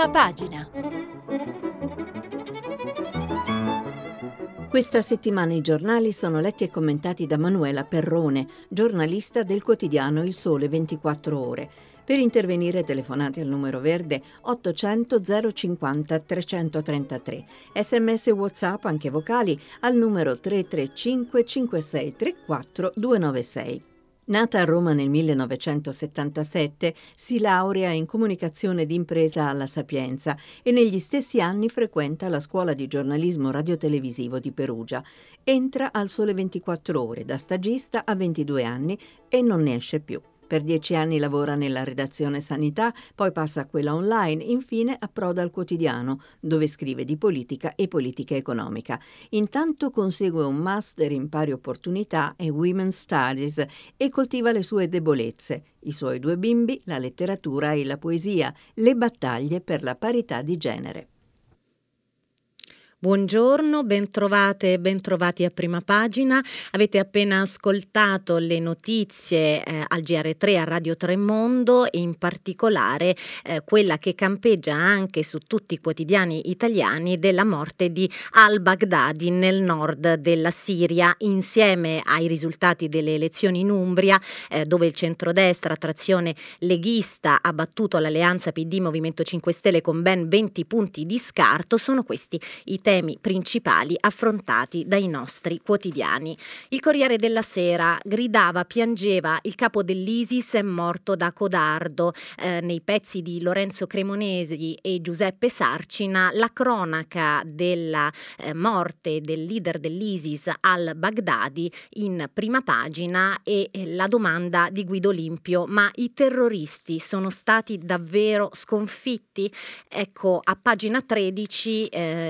Prima pagina. Questa settimana i giornali sono letti e commentati da Manuela Perrone, giornalista del quotidiano Il Sole 24 Ore. Per intervenire telefonate al numero verde 800 050 333. SMS e WhatsApp, anche vocali, al numero 335 5634 296. Nata a Roma nel 1977, si laurea in comunicazione d'impresa alla Sapienza e negli stessi anni frequenta la scuola di giornalismo radiotelevisivo di Perugia. Entra al Sole 24 Ore da stagista a 22 anni e non ne esce più. Per 10 anni lavora nella redazione Sanità, poi passa a quella online, infine approda al quotidiano, dove scrive di politica e politica economica. Intanto consegue un master in pari opportunità e Women's Studies e coltiva le sue debolezze, i suoi due bimbi, la letteratura e la poesia, le battaglie per la parità di genere. Buongiorno, bentrovate e bentrovati a Prima Pagina. Avete appena ascoltato le notizie al GR3 a Radio Tremondo e in particolare quella che campeggia anche su tutti i quotidiani italiani della morte di al-Baghdadi nel nord della Siria, insieme ai risultati delle elezioni in Umbria dove il centrodestra, trazione leghista, ha battuto l'alleanza PD Movimento 5 Stelle con ben 20 punti di scarto. Sono questi i temi principali affrontati dai nostri quotidiani. Il Corriere della Sera gridava, piangeva, il capo dell'ISIS è morto da codardo. Nei pezzi di Lorenzo Cremonesi e Giuseppe Sarcina la cronaca della morte del leader dell'ISIS al-Baghdadi in prima pagina e la domanda di Guido Limpio: ma i terroristi sono stati davvero sconfitti? Ecco, a pagina 13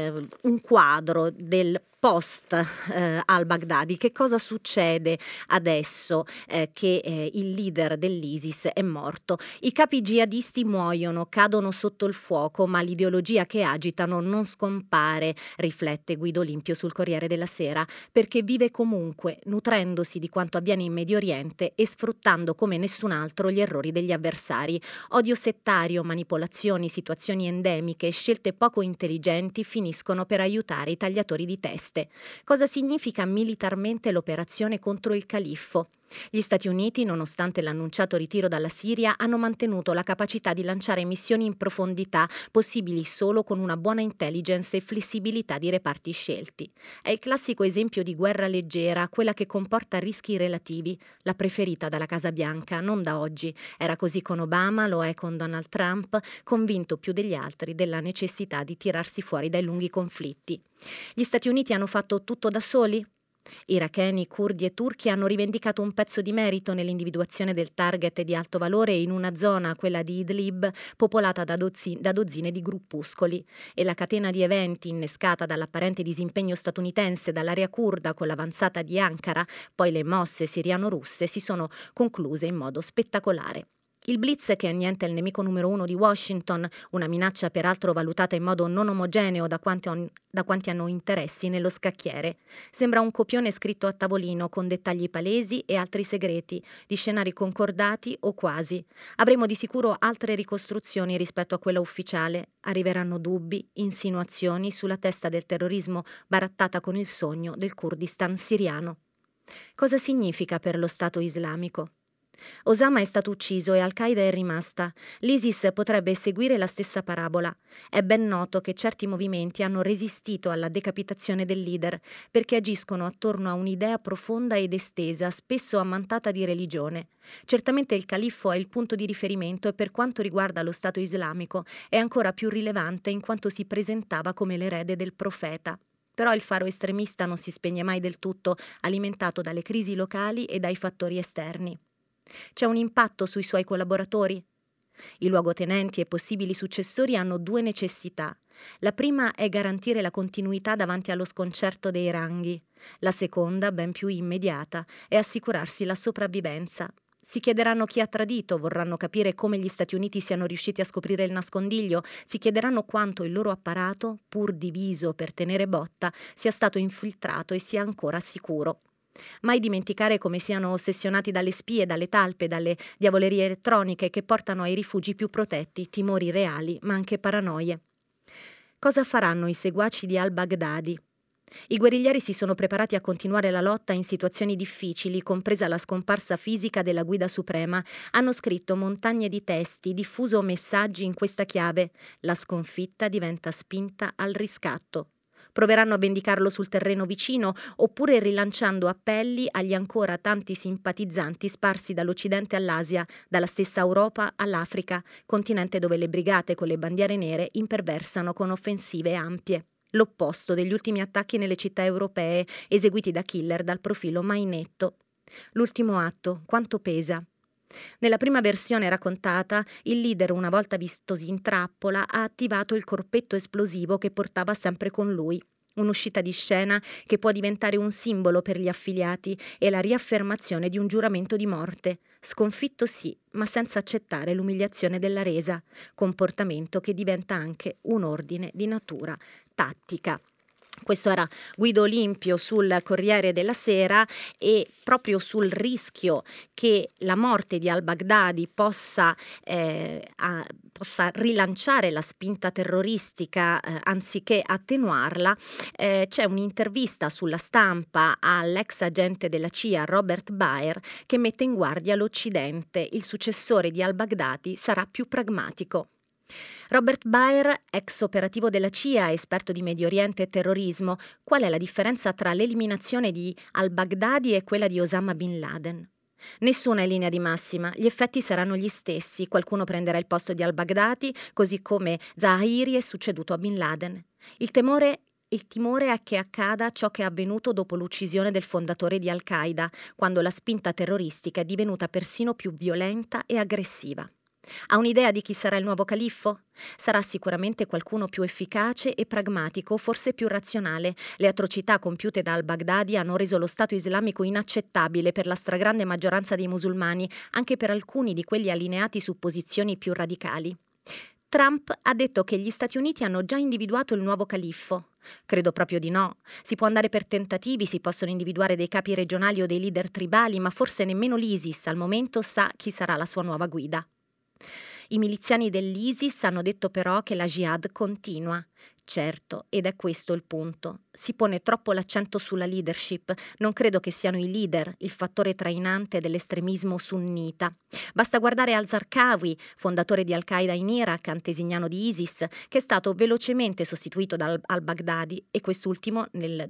un quadro del post al-Baghdadi. Che cosa succede adesso che il leader dell'ISIS è morto? I capi jihadisti muoiono, cadono sotto il fuoco, ma l'ideologia che agitano non scompare, riflette Guido Limpio sul Corriere della Sera, perché vive comunque, nutrendosi di quanto avviene in Medio Oriente e sfruttando come nessun altro gli errori degli avversari. Odio settario, manipolazioni, situazioni endemiche e scelte poco intelligenti finiscono per aiutare i tagliatori di teste. Cosa significa militarmente l'operazione contro il califfo? Gli Stati Uniti, nonostante l'annunciato ritiro dalla Siria, hanno mantenuto la capacità di lanciare missioni in profondità possibili solo con una buona intelligence e flessibilità di reparti scelti. È il classico esempio di guerra leggera, quella che comporta rischi relativi, la preferita dalla Casa Bianca, non da oggi. Era così con Obama, lo è con Donald Trump, convinto più degli altri della necessità di tirarsi fuori dai lunghi conflitti. Gli Stati Uniti hanno fatto tutto da soli? Iracheni, curdi e turchi hanno rivendicato un pezzo di merito nell'individuazione del target di alto valore in una zona, quella di Idlib, popolata da dozzine di gruppuscoli, e la catena di eventi innescata dall'apparente disimpegno statunitense dall'area curda con l'avanzata di Ankara, poi le mosse siriano-russe, si sono concluse in modo spettacolare. Il blitz, che annienta il nemico numero uno di Washington, una minaccia peraltro valutata in modo non omogeneo da quanti hanno interessi nello scacchiere, sembra un copione scritto a tavolino con dettagli palesi e altri segreti, di scenari concordati o quasi. Avremo di sicuro altre ricostruzioni rispetto a quella ufficiale. Arriveranno dubbi, insinuazioni sulla testa del terrorismo barattata con il sogno del Kurdistan siriano. Cosa significa per lo Stato islamico? Osama è stato ucciso e Al-Qaeda è rimasta. L'ISIS potrebbe seguire la stessa parabola. È ben noto che certi movimenti hanno resistito alla decapitazione del leader perché agiscono attorno a un'idea profonda ed estesa, spesso ammantata di religione. Certamente il califfo è il punto di riferimento e per quanto riguarda lo Stato islamico è ancora più rilevante in quanto si presentava come l'erede del profeta. Però il faro estremista non si spegne mai del tutto, alimentato dalle crisi locali e dai fattori esterni. C'è un impatto sui suoi collaboratori? I luogotenenti e possibili successori hanno due necessità. La prima è garantire la continuità davanti allo sconcerto dei ranghi. La seconda, ben più immediata, è assicurarsi la sopravvivenza. Si chiederanno chi ha tradito, vorranno capire come gli Stati Uniti siano riusciti a scoprire il nascondiglio, si chiederanno quanto il loro apparato, pur diviso per tenere botta, sia stato infiltrato e sia ancora sicuro. Mai dimenticare come siano ossessionati dalle spie, dalle talpe, dalle diavolerie elettroniche che portano ai rifugi più protetti timori reali, ma anche paranoie. Cosa faranno i seguaci di al-Baghdadi? I guerriglieri si sono preparati a continuare la lotta in situazioni difficili, compresa la scomparsa fisica della guida suprema. Hanno scritto montagne di testi, diffuso messaggi in questa chiave: la sconfitta diventa spinta al riscatto. Proveranno a vendicarlo sul terreno vicino oppure rilanciando appelli agli ancora tanti simpatizzanti sparsi dall'Occidente all'Asia, dalla stessa Europa all'Africa, continente dove le brigate con le bandiere nere imperversano con offensive ampie. L'opposto degli ultimi attacchi nelle città europee eseguiti da killer dal profilo mai netto. L'ultimo atto, quanto pesa? Nella prima versione raccontata, il leader, una volta vistosi in trappola, ha attivato il corpetto esplosivo che portava sempre con lui. Un'uscita di scena che può diventare un simbolo per gli affiliati e la riaffermazione di un giuramento di morte. Sconfitto sì, ma senza accettare l'umiliazione della resa, comportamento che diventa anche un ordine di natura tattica. Questo era Guido Olimpio sul Corriere della Sera, e proprio sul rischio che la morte di al-Baghdadi possa rilanciare la spinta terroristica anziché attenuarla. C'è un'intervista sulla Stampa all'ex agente della CIA Robert Baier che mette in guardia l'Occidente: il successore di al-Baghdadi sarà più pragmatico. Robert Baier, ex operativo della CIA, esperto di Medio Oriente e terrorismo: qual è la differenza tra l'eliminazione di al-Baghdadi e quella di Osama Bin Laden? Nessuna è linea di massima, gli effetti saranno gli stessi, qualcuno prenderà il posto di al-Baghdadi, così come Zawahiri è succeduto a Bin Laden. Il timore è che accada ciò che è avvenuto dopo l'uccisione del fondatore di Al-Qaeda, quando la spinta terroristica è divenuta persino più violenta e aggressiva. Ha un'idea di chi sarà il nuovo califfo? Sarà sicuramente qualcuno più efficace e pragmatico, forse più razionale. Le atrocità compiute da al-Baghdadi hanno reso lo Stato islamico inaccettabile per la stragrande maggioranza dei musulmani, anche per alcuni di quelli allineati su posizioni più radicali. Trump ha detto che gli Stati Uniti hanno già individuato il nuovo califfo. Credo proprio di no. Si può andare per tentativi, si possono individuare dei capi regionali o dei leader tribali, ma forse nemmeno l'ISIS al momento sa chi sarà la sua nuova guida. I miliziani dell'ISIS hanno detto però che la jihad continua. Certo, ed è questo il punto. Si pone troppo l'accento sulla leadership. Non credo che siano i leader il fattore trainante dell'estremismo sunnita. Basta guardare al-Zarqawi, fondatore di Al-Qaeda in Iraq, antesignano di ISIS, che è stato velocemente sostituito da al-Baghdadi, e quest'ultimo nel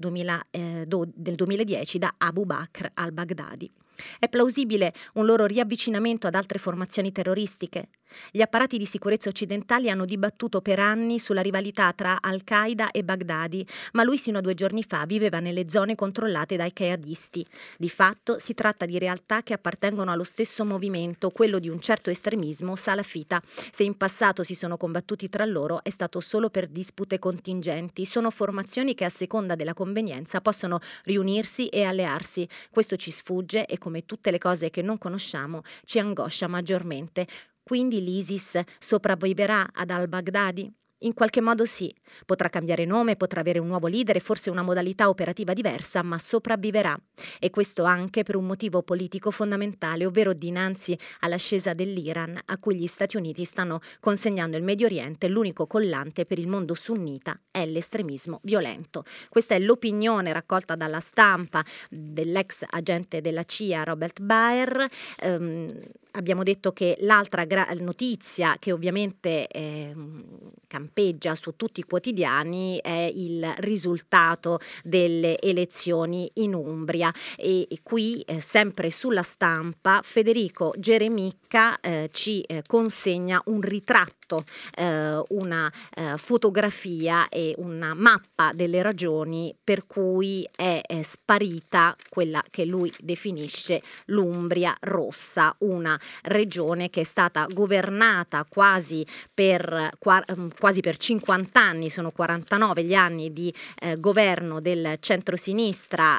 2010 da Abu Bakr al-Baghdadi. È plausibile un loro riavvicinamento ad altre formazioni terroristiche? Gli apparati di sicurezza occidentali hanno dibattuto per anni sulla rivalità tra Al-Qaeda e Baghdadi, ma lui sino a 2 giorni fa viveva nelle zone controllate dai qaedisti. Di fatto si tratta di realtà che appartengono allo stesso movimento, quello di un certo estremismo salafita. Se in passato si sono combattuti tra loro è stato solo per dispute contingenti. Sono formazioni che a seconda della convenienza possono riunirsi e allearsi. Questo ci sfugge e, come tutte le cose che non conosciamo, ci angoscia maggiormente. Quindi l'ISIS sopravviverà ad al-Baghdadi? In qualche modo sì. Potrà cambiare nome, potrà avere un nuovo leader e forse una modalità operativa diversa, ma sopravviverà. E questo anche per un motivo politico fondamentale, ovvero dinanzi all'ascesa dell'Iran, a cui gli Stati Uniti stanno consegnando il Medio Oriente, l'unico collante per il mondo sunnita è l'estremismo violento. Questa è l'opinione raccolta dalla Stampa dell'ex agente della CIA Robert Baier. Abbiamo detto che l'altra notizia che ovviamente campeggia su tutti i quotidiani è il risultato delle elezioni in Umbria, e qui sempre sulla Stampa Federico Geremicca ci consegna un ritratto, una fotografia e una mappa delle ragioni per cui è sparita quella che lui definisce l'Umbria rossa, una regione che è stata governata quasi per 50 anni, sono 49 gli anni di governo del centrosinistra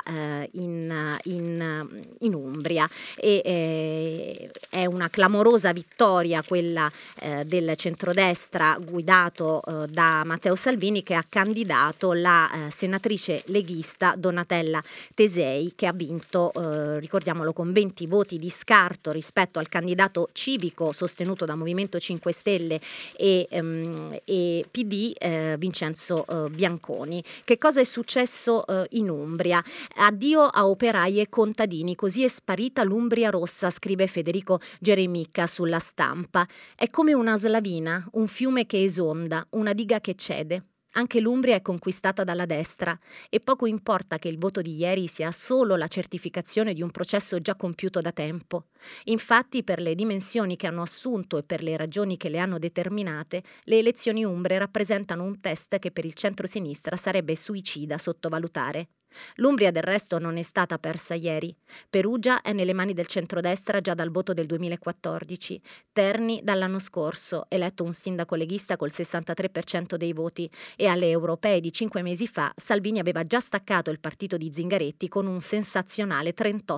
in Umbria, e è una clamorosa vittoria quella del centrosinistra centrodestra guidato da Matteo Salvini, che ha candidato la senatrice leghista Donatella Tesei, che ha vinto, ricordiamolo, con 20 voti di scarto rispetto al candidato civico sostenuto da Movimento 5 Stelle e PD, Vincenzo Bianconi. Che cosa è successo in Umbria? Addio a operai e contadini, così è sparita l'Umbria rossa, scrive Federico Geremicca sulla Stampa. È come una slavina, un fiume che esonda, una diga che cede. Anche l'Umbria è conquistata dalla destra e poco importa che il voto di ieri sia solo la certificazione di un processo già compiuto da tempo. Infatti, per le dimensioni che hanno assunto e per le ragioni che le hanno determinate, le elezioni umbre rappresentano un test che per il centro-sinistra sarebbe suicida sottovalutare. L'Umbria del resto non è stata persa ieri. Perugia è nelle mani del centrodestra già dal voto del 2014. Terni dall'anno scorso, eletto un sindaco leghista col 63% dei voti, e alle europee di 5 mesi fa Salvini aveva già staccato il partito di Zingaretti con un sensazionale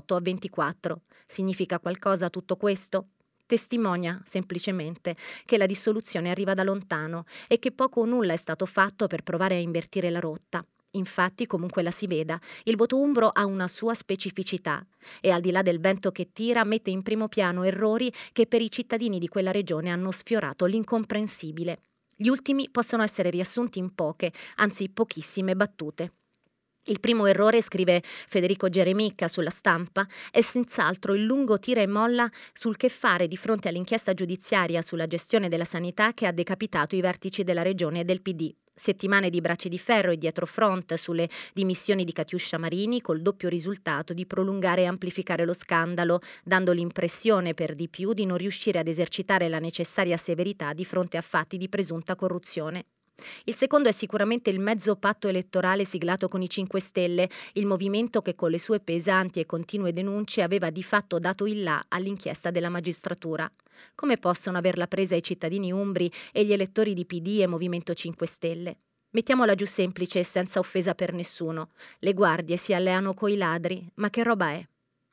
38-24. Significa qualcosa tutto questo? Testimonia semplicemente che la dissoluzione arriva da lontano e che poco o nulla è stato fatto per provare a invertire la rotta. Infatti, comunque la si veda, il voto umbro ha una sua specificità e, al di là del vento che tira, mette in primo piano errori che per i cittadini di quella regione hanno sfiorato l'incomprensibile. Gli ultimi possono essere riassunti in poche, anzi pochissime battute. Il primo errore, scrive Federico Geremicca sulla Stampa, è senz'altro il lungo tira e molla sul che fare di fronte all'inchiesta giudiziaria sulla gestione della sanità che ha decapitato i vertici della regione e del PD. Settimane di bracci di ferro e dietro front sulle dimissioni di Catiuscia Marini, col doppio risultato di prolungare e amplificare lo scandalo, dando l'impressione per di più di non riuscire ad esercitare la necessaria severità di fronte a fatti di presunta corruzione. Il secondo è sicuramente il mezzo patto elettorale siglato con i 5 Stelle, il movimento che con le sue pesanti e continue denunce aveva di fatto dato il là all'inchiesta della magistratura. Come possono averla presa i cittadini umbri e gli elettori di PD e Movimento 5 Stelle? Mettiamola giù semplice e senza offesa per nessuno. Le guardie si alleano coi ladri, ma che roba è?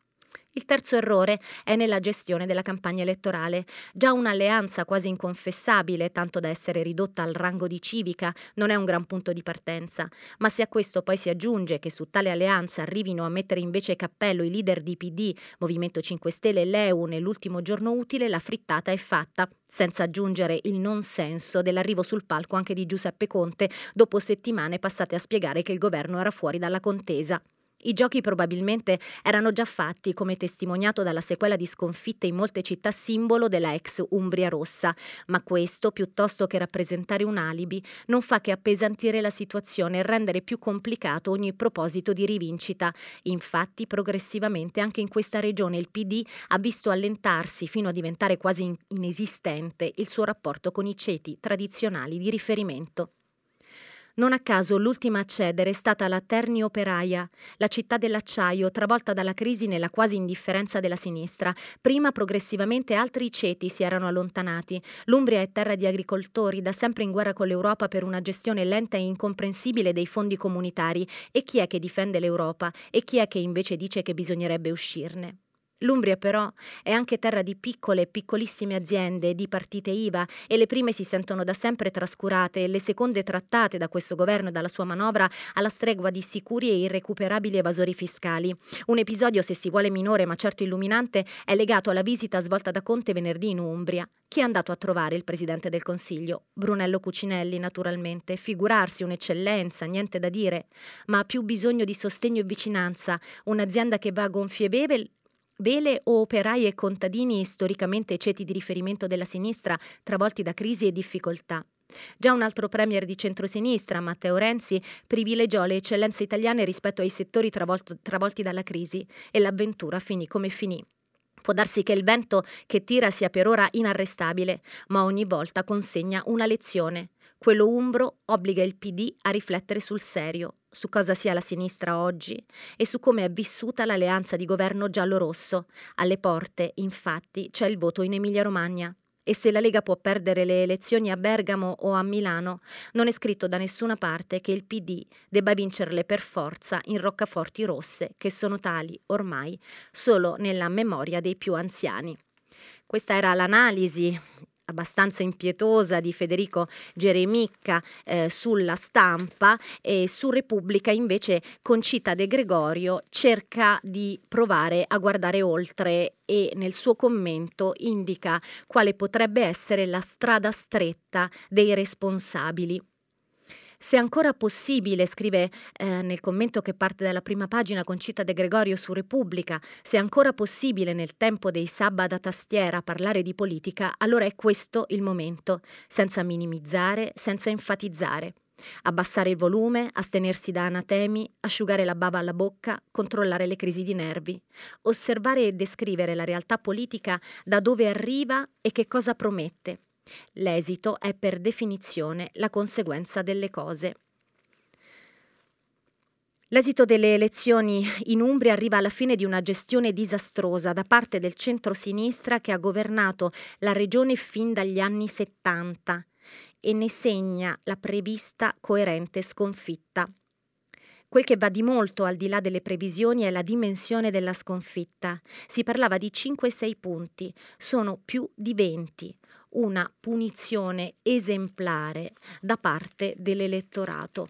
Il terzo errore è nella gestione della campagna elettorale. Già un'alleanza quasi inconfessabile, tanto da essere ridotta al rango di civica, non è un gran punto di partenza. Ma se a questo poi si aggiunge che su tale alleanza arrivino a mettere invece cappello i leader di PD, Movimento 5 Stelle e LeU nell'ultimo giorno utile, la frittata è fatta. Senza aggiungere il non senso dell'arrivo sul palco anche di Giuseppe Conte, dopo settimane passate a spiegare che il governo era fuori dalla contesa. I giochi probabilmente erano già fatti, come testimoniato dalla sequela di sconfitte in molte città simbolo della ex Umbria rossa, ma questo, piuttosto che rappresentare un alibi, non fa che appesantire la situazione e rendere più complicato ogni proposito di rivincita. Infatti, progressivamente anche in questa regione il PD ha visto allentarsi fino a diventare quasi inesistente il suo rapporto con i ceti tradizionali di riferimento. Non a caso l'ultima a cedere è stata la Terni operaia, la città dell'acciaio, travolta dalla crisi nella quasi indifferenza della sinistra. Prima progressivamente altri ceti si erano allontanati. L'Umbria è terra di agricoltori, da sempre in guerra con l'Europa per una gestione lenta e incomprensibile dei fondi comunitari. E chi è che difende l'Europa? E chi è che invece dice che bisognerebbe uscirne? L'Umbria però è anche terra di piccole e piccolissime aziende, di partite IVA, e le prime si sentono da sempre trascurate e le seconde trattate da questo governo e dalla sua manovra alla stregua di sicuri e irrecuperabili evasori fiscali. Un episodio, se si vuole minore ma certo illuminante, è legato alla visita svolta da Conte venerdì in Umbria. Chi è andato a trovare il Presidente del Consiglio? Brunello Cucinelli, naturalmente. Figurarsi, un'eccellenza, niente da dire, ma ha più bisogno di sostegno e vicinanza, un'azienda che va a gonfie vele o operai e contadini storicamente ceti di riferimento della sinistra travolti da crisi e difficoltà. Già un altro premier di centrosinistra, Matteo Renzi, privilegiò le eccellenze italiane rispetto ai settori travolti dalla crisi e l'avventura finì come finì. Può darsi che il vento che tira sia per ora inarrestabile, ma ogni volta consegna una lezione. Quello umbro obbliga il PD a riflettere sul serio, su cosa sia la sinistra oggi e su come è vissuta l'alleanza di governo giallo-rosso. Alle porte, infatti, c'è il voto in Emilia-Romagna. E se la Lega può perdere le elezioni a Bergamo o a Milano, non è scritto da nessuna parte che il PD debba vincerle per forza in roccaforti rosse, che sono tali ormai solo nella memoria dei più anziani. Questa era l'analisi abbastanza impietosa di Federico Geremicca sulla Stampa, e su Repubblica invece Concita De Gregorio cerca di provare a guardare oltre e nel suo commento indica quale potrebbe essere la strada stretta dei responsabili. Se ancora possibile, scrive nel commento che parte dalla prima pagina Concita De Gregorio su Repubblica, se è ancora possibile nel tempo dei sabba da tastiera parlare di politica, allora è questo il momento, senza minimizzare, senza enfatizzare. Abbassare il volume, astenersi da anatemi, asciugare la bava alla bocca, controllare le crisi di nervi, osservare e descrivere la realtà politica da dove arriva e che cosa promette. L'esito è per definizione la conseguenza delle cose. L'esito delle elezioni in Umbria arriva alla fine di una gestione disastrosa da parte del centro-sinistra che ha governato la regione fin dagli anni 70 e ne segna la prevista coerente sconfitta. Quel che va di molto al di là delle previsioni è la dimensione della sconfitta. Si parlava di 5-6 punti, sono più di 20. Una punizione esemplare da parte dell'elettorato.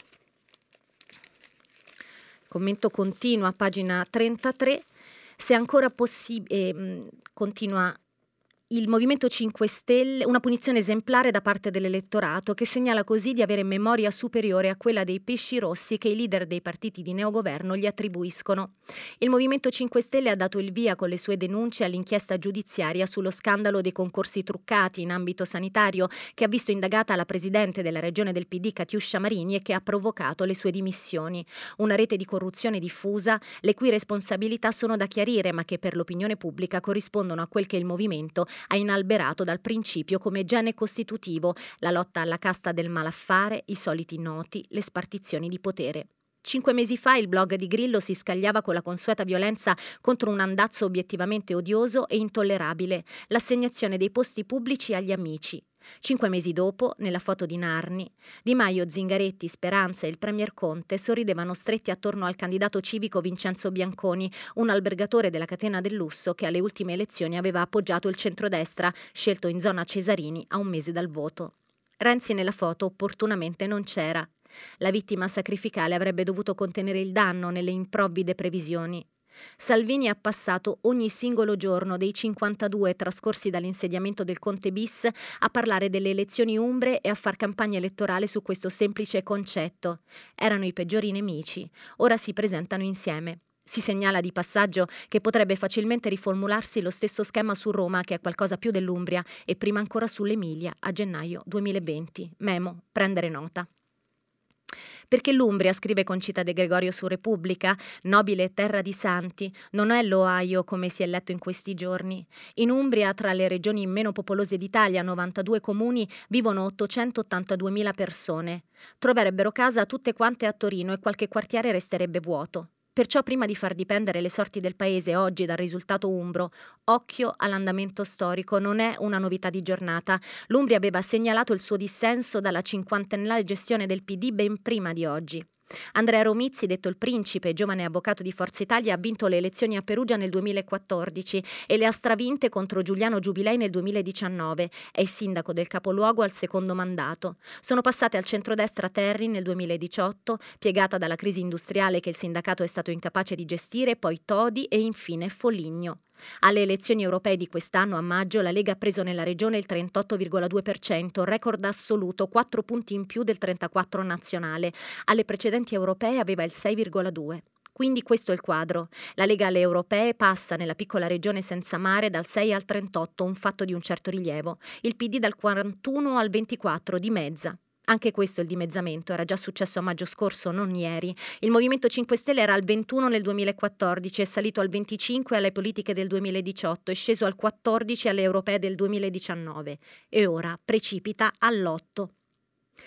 Commento continua a pagina 33. Se ancora possibile, continua il Movimento 5 Stelle, una punizione esemplare da parte dell'elettorato che segnala così di avere memoria superiore a quella dei pesci rossi che i leader dei partiti di neogoverno gli attribuiscono. Il Movimento 5 Stelle ha dato il via con le sue denunce all'inchiesta giudiziaria sullo scandalo dei concorsi truccati in ambito sanitario che ha visto indagata la presidente della regione del PD Catiuscia Marini e che ha provocato le sue dimissioni. Una rete di corruzione diffusa, le cui responsabilità sono da chiarire ma che per l'opinione pubblica corrispondono a quel che il movimento ha inalberato dal principio come gene costitutivo, la lotta alla casta del malaffare, i soliti noti, le spartizioni di potere. 5 mesi fa il blog di Grillo si scagliava con la consueta violenza contro un andazzo obiettivamente odioso e intollerabile, l'assegnazione dei posti pubblici agli amici. 5 mesi dopo, nella foto di Narni, Di Maio, Zingaretti, Speranza e il premier Conte sorridevano stretti attorno al candidato civico Vincenzo Bianconi, un albergatore della catena del lusso che alle ultime elezioni aveva appoggiato il centrodestra, scelto in zona Cesarini a un mese dal voto. Renzi nella foto opportunamente non c'era. La vittima sacrificale avrebbe dovuto contenere il danno nelle improvvide previsioni. Salvini ha passato ogni singolo giorno dei 52 trascorsi dall'insediamento del Conte bis a parlare delle elezioni umbre e a far campagna elettorale su questo semplice concetto. Erano i peggiori nemici, ora si presentano insieme. Si segnala di passaggio che potrebbe facilmente riformularsi lo stesso schema su Roma, che è qualcosa più dell'Umbria, e prima ancora sull'Emilia a gennaio 2020. Memo, prendere nota. Perché l'Umbria, scrive Concita De Gregorio su Repubblica, nobile terra di santi, non è l'Ohio come si è letto in questi giorni. In Umbria, tra le regioni meno popolose d'Italia, 92 comuni, vivono 882.000 persone. Troverebbero casa tutte quante a Torino e qualche quartiere resterebbe vuoto. Perciò, prima di far dipendere le sorti del paese oggi dal risultato umbro, occhio all'andamento storico, non è una novità di giornata. L'Umbria aveva segnalato il suo dissenso dalla cinquantennale gestione del PD ben prima di oggi. Andrea Romizzi, detto il Principe, giovane avvocato di Forza Italia, ha vinto le elezioni a Perugia nel 2014 e le ha stravinte contro Giuliano Giubilei nel 2019. È il sindaco del capoluogo al secondo mandato. Sono passate al centrodestra Terri nel 2018, piegata dalla crisi industriale che il sindacato è stato incapace di gestire, poi Todi e infine Foligno. Alle elezioni europee di quest'anno, a maggio, la Lega ha preso nella regione il 38,2%, record assoluto, 4 punti in più del 34% nazionale. Alle precedenti europee aveva il 6,2%. Quindi questo è il quadro. La Lega alle europee passa nella piccola regione senza mare dal 6 al 38, un fatto di un certo rilievo. Il PD dal 41 al 24, di mezza. Anche questo il dimezzamento era già successo a maggio scorso, non ieri. Il Movimento 5 Stelle era al 21 nel 2014, è salito al 25 alle politiche del 2018, è sceso al 14 alle europee del 2019 e ora precipita all'8.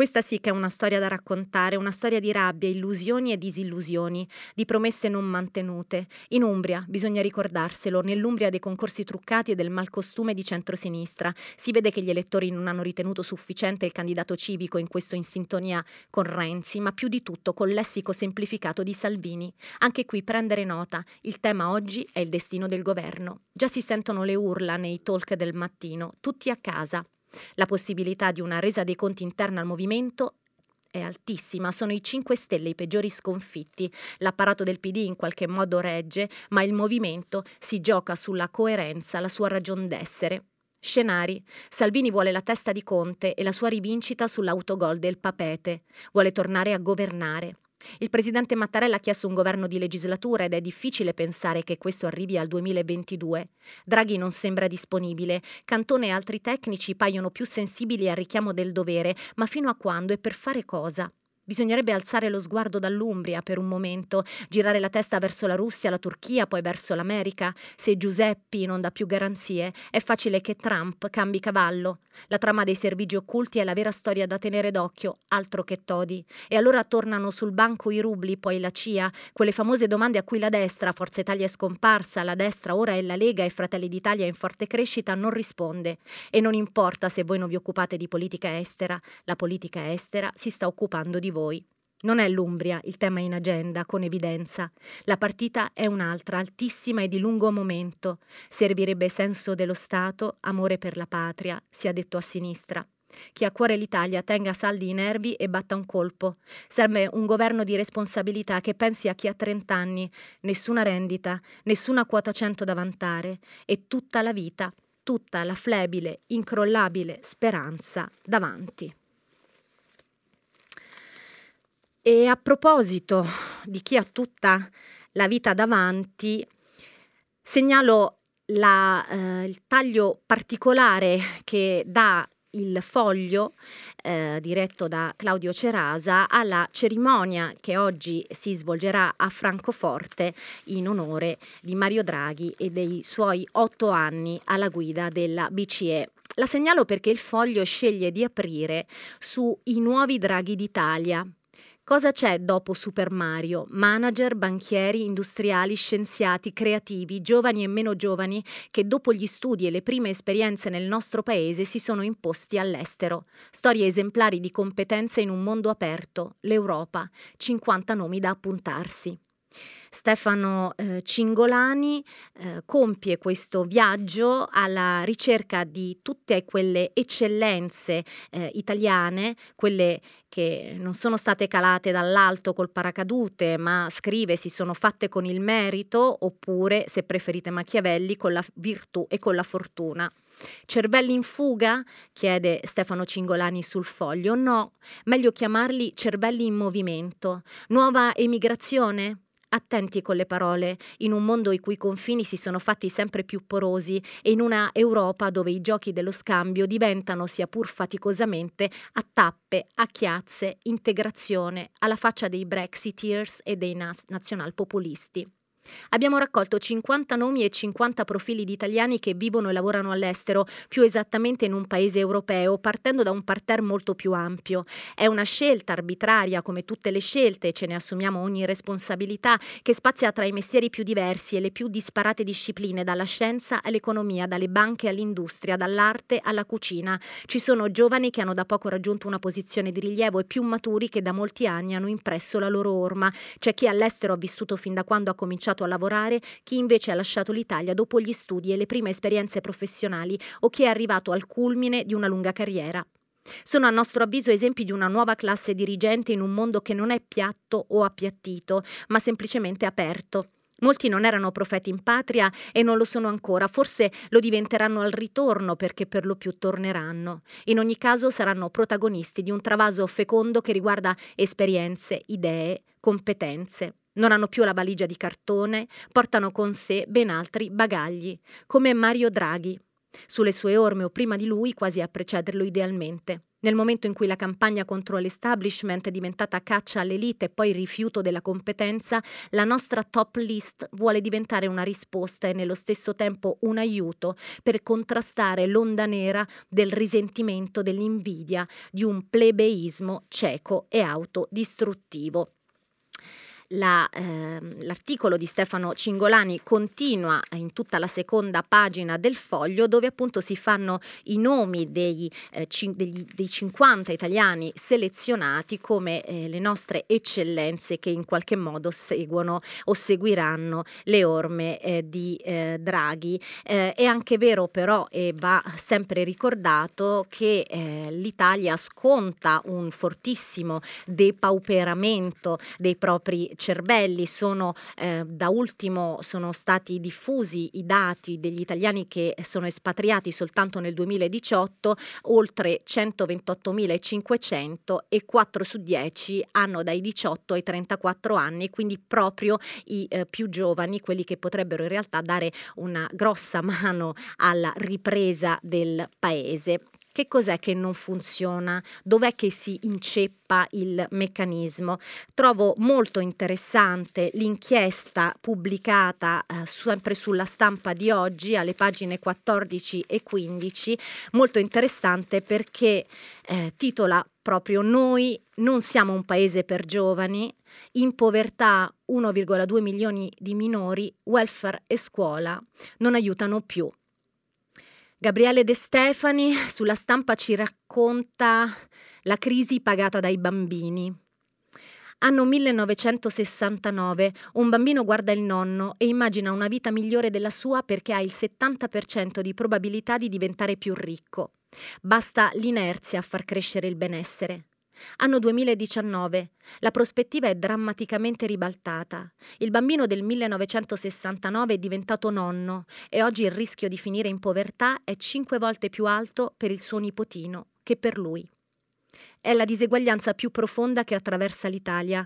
Questa sì che è una storia da raccontare, una storia di rabbia, illusioni e disillusioni, di promesse non mantenute. In Umbria, bisogna ricordarselo, nell'Umbria dei concorsi truccati e del malcostume di centrosinistra, si vede che gli elettori non hanno ritenuto sufficiente il candidato civico in questo in sintonia con Renzi, ma più di tutto col lessico semplificato di Salvini. Anche qui prendere nota, il tema oggi è il destino del governo. Già si sentono le urla nei talk del mattino, tutti a casa. La possibilità di una resa dei conti interna al movimento è altissima, sono i 5 Stelle i peggiori sconfitti, l'apparato del PD in qualche modo regge, ma il movimento si gioca sulla coerenza, la sua ragion d'essere. Scenari. Salvini vuole la testa di Conte e la sua rivincita sull'autogol del Papete, vuole tornare a governare. Il presidente Mattarella ha chiesto un governo di legislatura ed è difficile pensare che questo arrivi al 2022. Draghi non sembra disponibile. Cantone e altri tecnici paiono più sensibili al richiamo del dovere, ma fino a quando e per fare cosa? Bisognerebbe alzare lo sguardo dall'Umbria per un momento, girare la testa verso la Russia, la Turchia, poi verso l'America. Se Giuseppi non dà più garanzie, è facile che Trump cambi cavallo. La trama dei servigi occulti è la vera storia da tenere d'occhio, altro che Todi. E allora tornano sul banco i rubli, poi la CIA, quelle famose domande a cui la destra, Forza Italia è scomparsa, la destra ora è la Lega e Fratelli d'Italia in forte crescita, non risponde. E non importa se voi non vi occupate di politica estera, la politica estera si sta occupando di voi. Non è l'Umbria il tema in agenda, con evidenza. La partita è un'altra, altissima e di lungo momento. Servirebbe senso dello Stato, amore per la patria, sia detto a sinistra. Chi ha a cuore l'Italia tenga saldi i nervi e batta un colpo. Serve un governo di responsabilità che pensi a chi ha 30 anni, nessuna rendita, nessuna quota 100 da vantare e tutta la vita, tutta la flebile, incrollabile speranza davanti. E a proposito di chi ha tutta la vita davanti, segnalo il taglio particolare che dà il Foglio, diretto da Claudio Cerasa, alla cerimonia che oggi si svolgerà a Francoforte in onore di Mario Draghi e dei suoi 8 anni alla guida della BCE. La segnalo perché il Foglio sceglie di aprire sui nuovi Draghi d'Italia. Cosa c'è dopo Super Mario? Manager, banchieri, industriali, scienziati, creativi, giovani e meno giovani che dopo gli studi e le prime esperienze nel nostro paese si sono imposti all'estero. Storie esemplari di competenze in un mondo aperto, l'Europa, 50 nomi da appuntarsi. Stefano Cingolani compie questo viaggio alla ricerca di tutte quelle eccellenze italiane, quelle che non sono state calate dall'alto col paracadute, ma scrive si sono fatte con il merito, oppure, se preferite Machiavelli, con la virtù e con la fortuna. Cervelli in fuga? Chiede Stefano Cingolani sul Foglio. No, meglio chiamarli cervelli in movimento. Nuova emigrazione? Attenti con le parole, in un mondo i cui confini si sono fatti sempre più porosi e in una Europa dove i giochi dello scambio diventano, sia pur faticosamente, a tappe, a chiazze, integrazione, alla faccia dei Brexiteers e dei nazionalpopulisti. Abbiamo raccolto 50 nomi e 50 profili di italiani che vivono e lavorano all'estero, più esattamente in un paese europeo, partendo da un parterre molto più ampio. È una scelta arbitraria, come tutte le scelte, ce ne assumiamo ogni responsabilità, che spazia tra i mestieri più diversi e le più disparate discipline, dalla scienza all'economia, dalle banche all'industria, dall'arte alla cucina. Ci sono giovani che hanno da poco raggiunto una posizione di rilievo e più maturi che da molti anni hanno impresso la loro orma. C'è chi all'estero ha vissuto fin da quando ha cominciato a lavorare, chi invece ha lasciato l'Italia dopo gli studi e le prime esperienze professionali o chi è arrivato al culmine di una lunga carriera. Sono a nostro avviso esempi di una nuova classe dirigente in un mondo che non è piatto o appiattito, ma semplicemente aperto. Molti non erano profeti in patria e non lo sono ancora, forse lo diventeranno al ritorno perché per lo più torneranno. In ogni caso saranno protagonisti di un travaso fecondo che riguarda esperienze, idee, competenze. Non hanno più la valigia di cartone, portano con sé ben altri bagagli, come Mario Draghi. Sulle sue orme o prima di lui, quasi a precederlo idealmente. Nel momento in cui la campagna contro l'establishment è diventata caccia all'elite e poi rifiuto della competenza, la nostra top list vuole diventare una risposta e nello stesso tempo un aiuto per contrastare l'onda nera del risentimento, dell'invidia, di un plebeismo cieco e autodistruttivo. L'articolo di Stefano Cingolani continua in tutta la seconda pagina del Foglio, dove appunto si fanno i nomi dei 50 italiani selezionati come le nostre eccellenze che in qualche modo seguono o seguiranno le orme di Draghi. È anche vero però, e va sempre ricordato, che l'Italia sconta un fortissimo depauperamento dei propri cervelli. Da ultimo sono stati diffusi i dati degli italiani che sono espatriati soltanto nel 2018, oltre 128.500, e 4 su 10 hanno dai 18 ai 34 anni, quindi proprio i più giovani, quelli che potrebbero in realtà dare una grossa mano alla ripresa del paese. Che cos'è che non funziona? Dov'è che si inceppa il meccanismo? Trovo molto interessante l'inchiesta pubblicata sempre sulla Stampa di oggi, alle pagine 14 e 15, molto interessante perché titola proprio "Noi non siamo un paese per giovani, in povertà 1,2 milioni di minori, welfare e scuola non aiutano più". Gabriele De Stefani sulla Stampa ci racconta la crisi pagata dai bambini. Anno 1969, un bambino guarda il nonno e immagina una vita migliore della sua perché ha il 70% di probabilità di diventare più ricco. Basta l'inerzia a far crescere il benessere. Anno 2019, la prospettiva è drammaticamente ribaltata. Il bambino del 1969 è diventato nonno e oggi il rischio di finire in povertà è 5 volte più alto per il suo nipotino che per lui. È la diseguaglianza più profonda che attraversa l'Italia.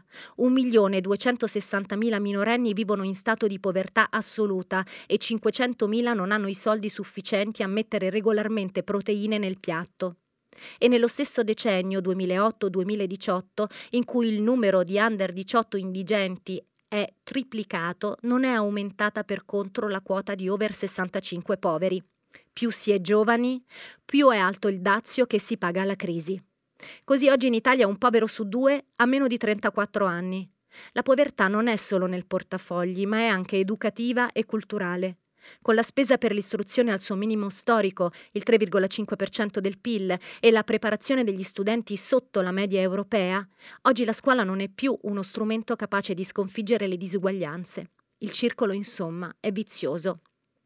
1.260.000 minorenni vivono in stato di povertà assoluta e 500.000 non hanno i soldi sufficienti a mettere regolarmente proteine nel piatto. E nello stesso decennio 2008-2018, in cui il numero di under 18 indigenti è triplicato, non è aumentata per contro la quota di over 65 poveri. Più si è giovani, più è alto il dazio che si paga alla crisi. Così oggi in Italia un povero su 2 ha meno di 34 anni. La povertà non è solo nel portafogli, ma è anche educativa e culturale. Con la spesa per l'istruzione al suo minimo storico, il 3,5% del PIL, e la preparazione degli studenti sotto la media europea, oggi la scuola non è più uno strumento capace di sconfiggere le disuguaglianze. Il circolo, insomma, è vizioso.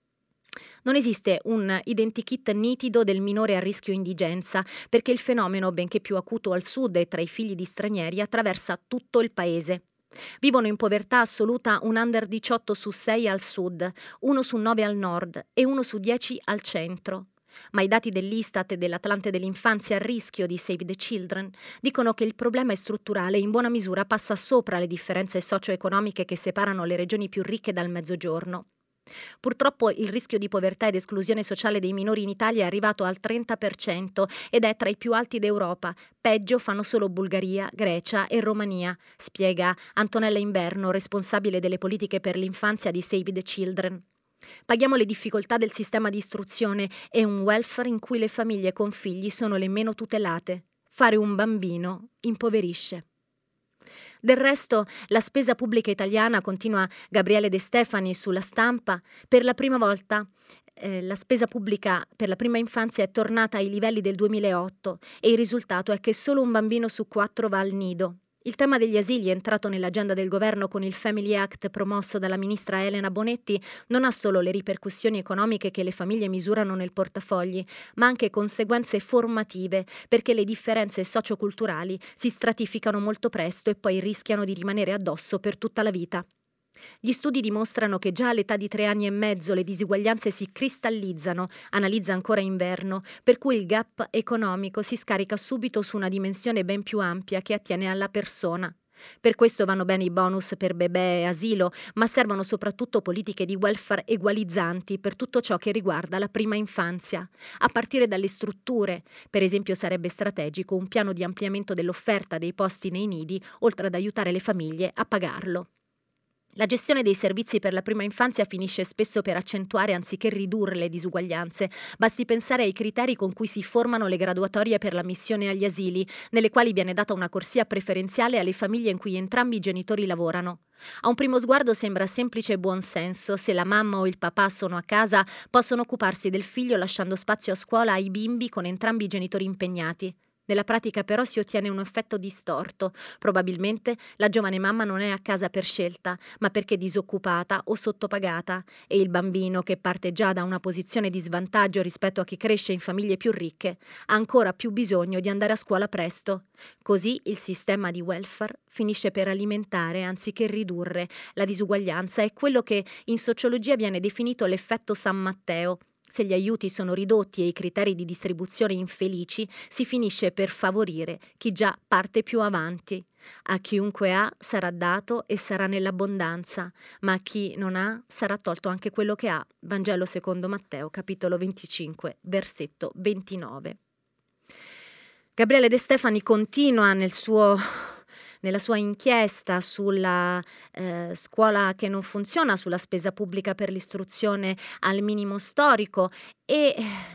Non esiste un identikit nitido del minore a rischio indigenza, perché il fenomeno, benché più acuto al sud e tra i figli di stranieri, attraversa tutto il paese. Vivono in povertà assoluta un under 18 su 6 al sud, 1 su 9 al nord e 1 su 10 al centro. Ma i dati dell'Istat e dell'Atlante dell'infanzia a rischio di Save the Children dicono che il problema è strutturale e in buona misura passa sopra le differenze socio-economiche che separano le regioni più ricche dal mezzogiorno. Purtroppo il rischio di povertà ed esclusione sociale dei minori in Italia è arrivato al 30% ed è tra i più alti d'Europa. Peggio fanno solo Bulgaria, Grecia e Romania, spiega Antonella Inverno, responsabile delle politiche per l'infanzia di Save the Children. Paghiamo le difficoltà del sistema di istruzione e un welfare in cui le famiglie con figli sono le meno tutelate. Fare un bambino impoverisce. Del resto, la spesa pubblica italiana, continua Gabriele De Stefani sulla Stampa, per la prima volta la spesa pubblica per la prima infanzia è tornata ai livelli del 2008 e il risultato è che solo un bambino su 4 va al nido. Il tema degli asili, entrato nell'agenda del governo con il Family Act promosso dalla ministra Elena Bonetti, non ha solo le ripercussioni economiche che le famiglie misurano nel portafogli, ma anche conseguenze formative, perché le differenze socioculturali si stratificano molto presto e poi rischiano di rimanere addosso per tutta la vita. Gli studi dimostrano che già all'età di 3 anni e mezzo le disuguaglianze si cristallizzano, analizza ancora Inverno, per cui il gap economico si scarica subito su una dimensione ben più ampia che attiene alla persona. Per questo vanno bene i bonus per bebè e asilo, ma servono soprattutto politiche di welfare egualizzanti per tutto ciò che riguarda la prima infanzia, a partire dalle strutture. Per esempio sarebbe strategico un piano di ampliamento dell'offerta dei posti nei nidi, oltre ad aiutare le famiglie a pagarlo. La gestione dei servizi per la prima infanzia finisce spesso per accentuare anziché ridurre le disuguaglianze. Basti pensare ai criteri con cui si formano le graduatorie per l'ammissione agli asili, nelle quali viene data una corsia preferenziale alle famiglie in cui entrambi i genitori lavorano. A un primo sguardo sembra semplice buonsenso: se la mamma o il papà sono a casa, possono occuparsi del figlio lasciando spazio a scuola ai bimbi con entrambi i genitori impegnati. Nella pratica però si ottiene un effetto distorto. Probabilmente la giovane mamma non è a casa per scelta, ma perché disoccupata o sottopagata, e il bambino, che parte già da una posizione di svantaggio rispetto a chi cresce in famiglie più ricche, ha ancora più bisogno di andare a scuola presto. Così il sistema di welfare finisce per alimentare anziché ridurre la disuguaglianza. È quello che in sociologia viene definito l'effetto San Matteo. Se gli aiuti sono ridotti e i criteri di distribuzione infelici, si finisce per favorire chi già parte più avanti. A chiunque ha sarà dato e sarà nell'abbondanza, ma a chi non ha sarà tolto anche quello che ha. Vangelo secondo Matteo, capitolo 25, versetto 29. Gabriele De Stefani continua nella sua inchiesta sulla scuola che non funziona, sulla spesa pubblica per l'istruzione al minimo storico, e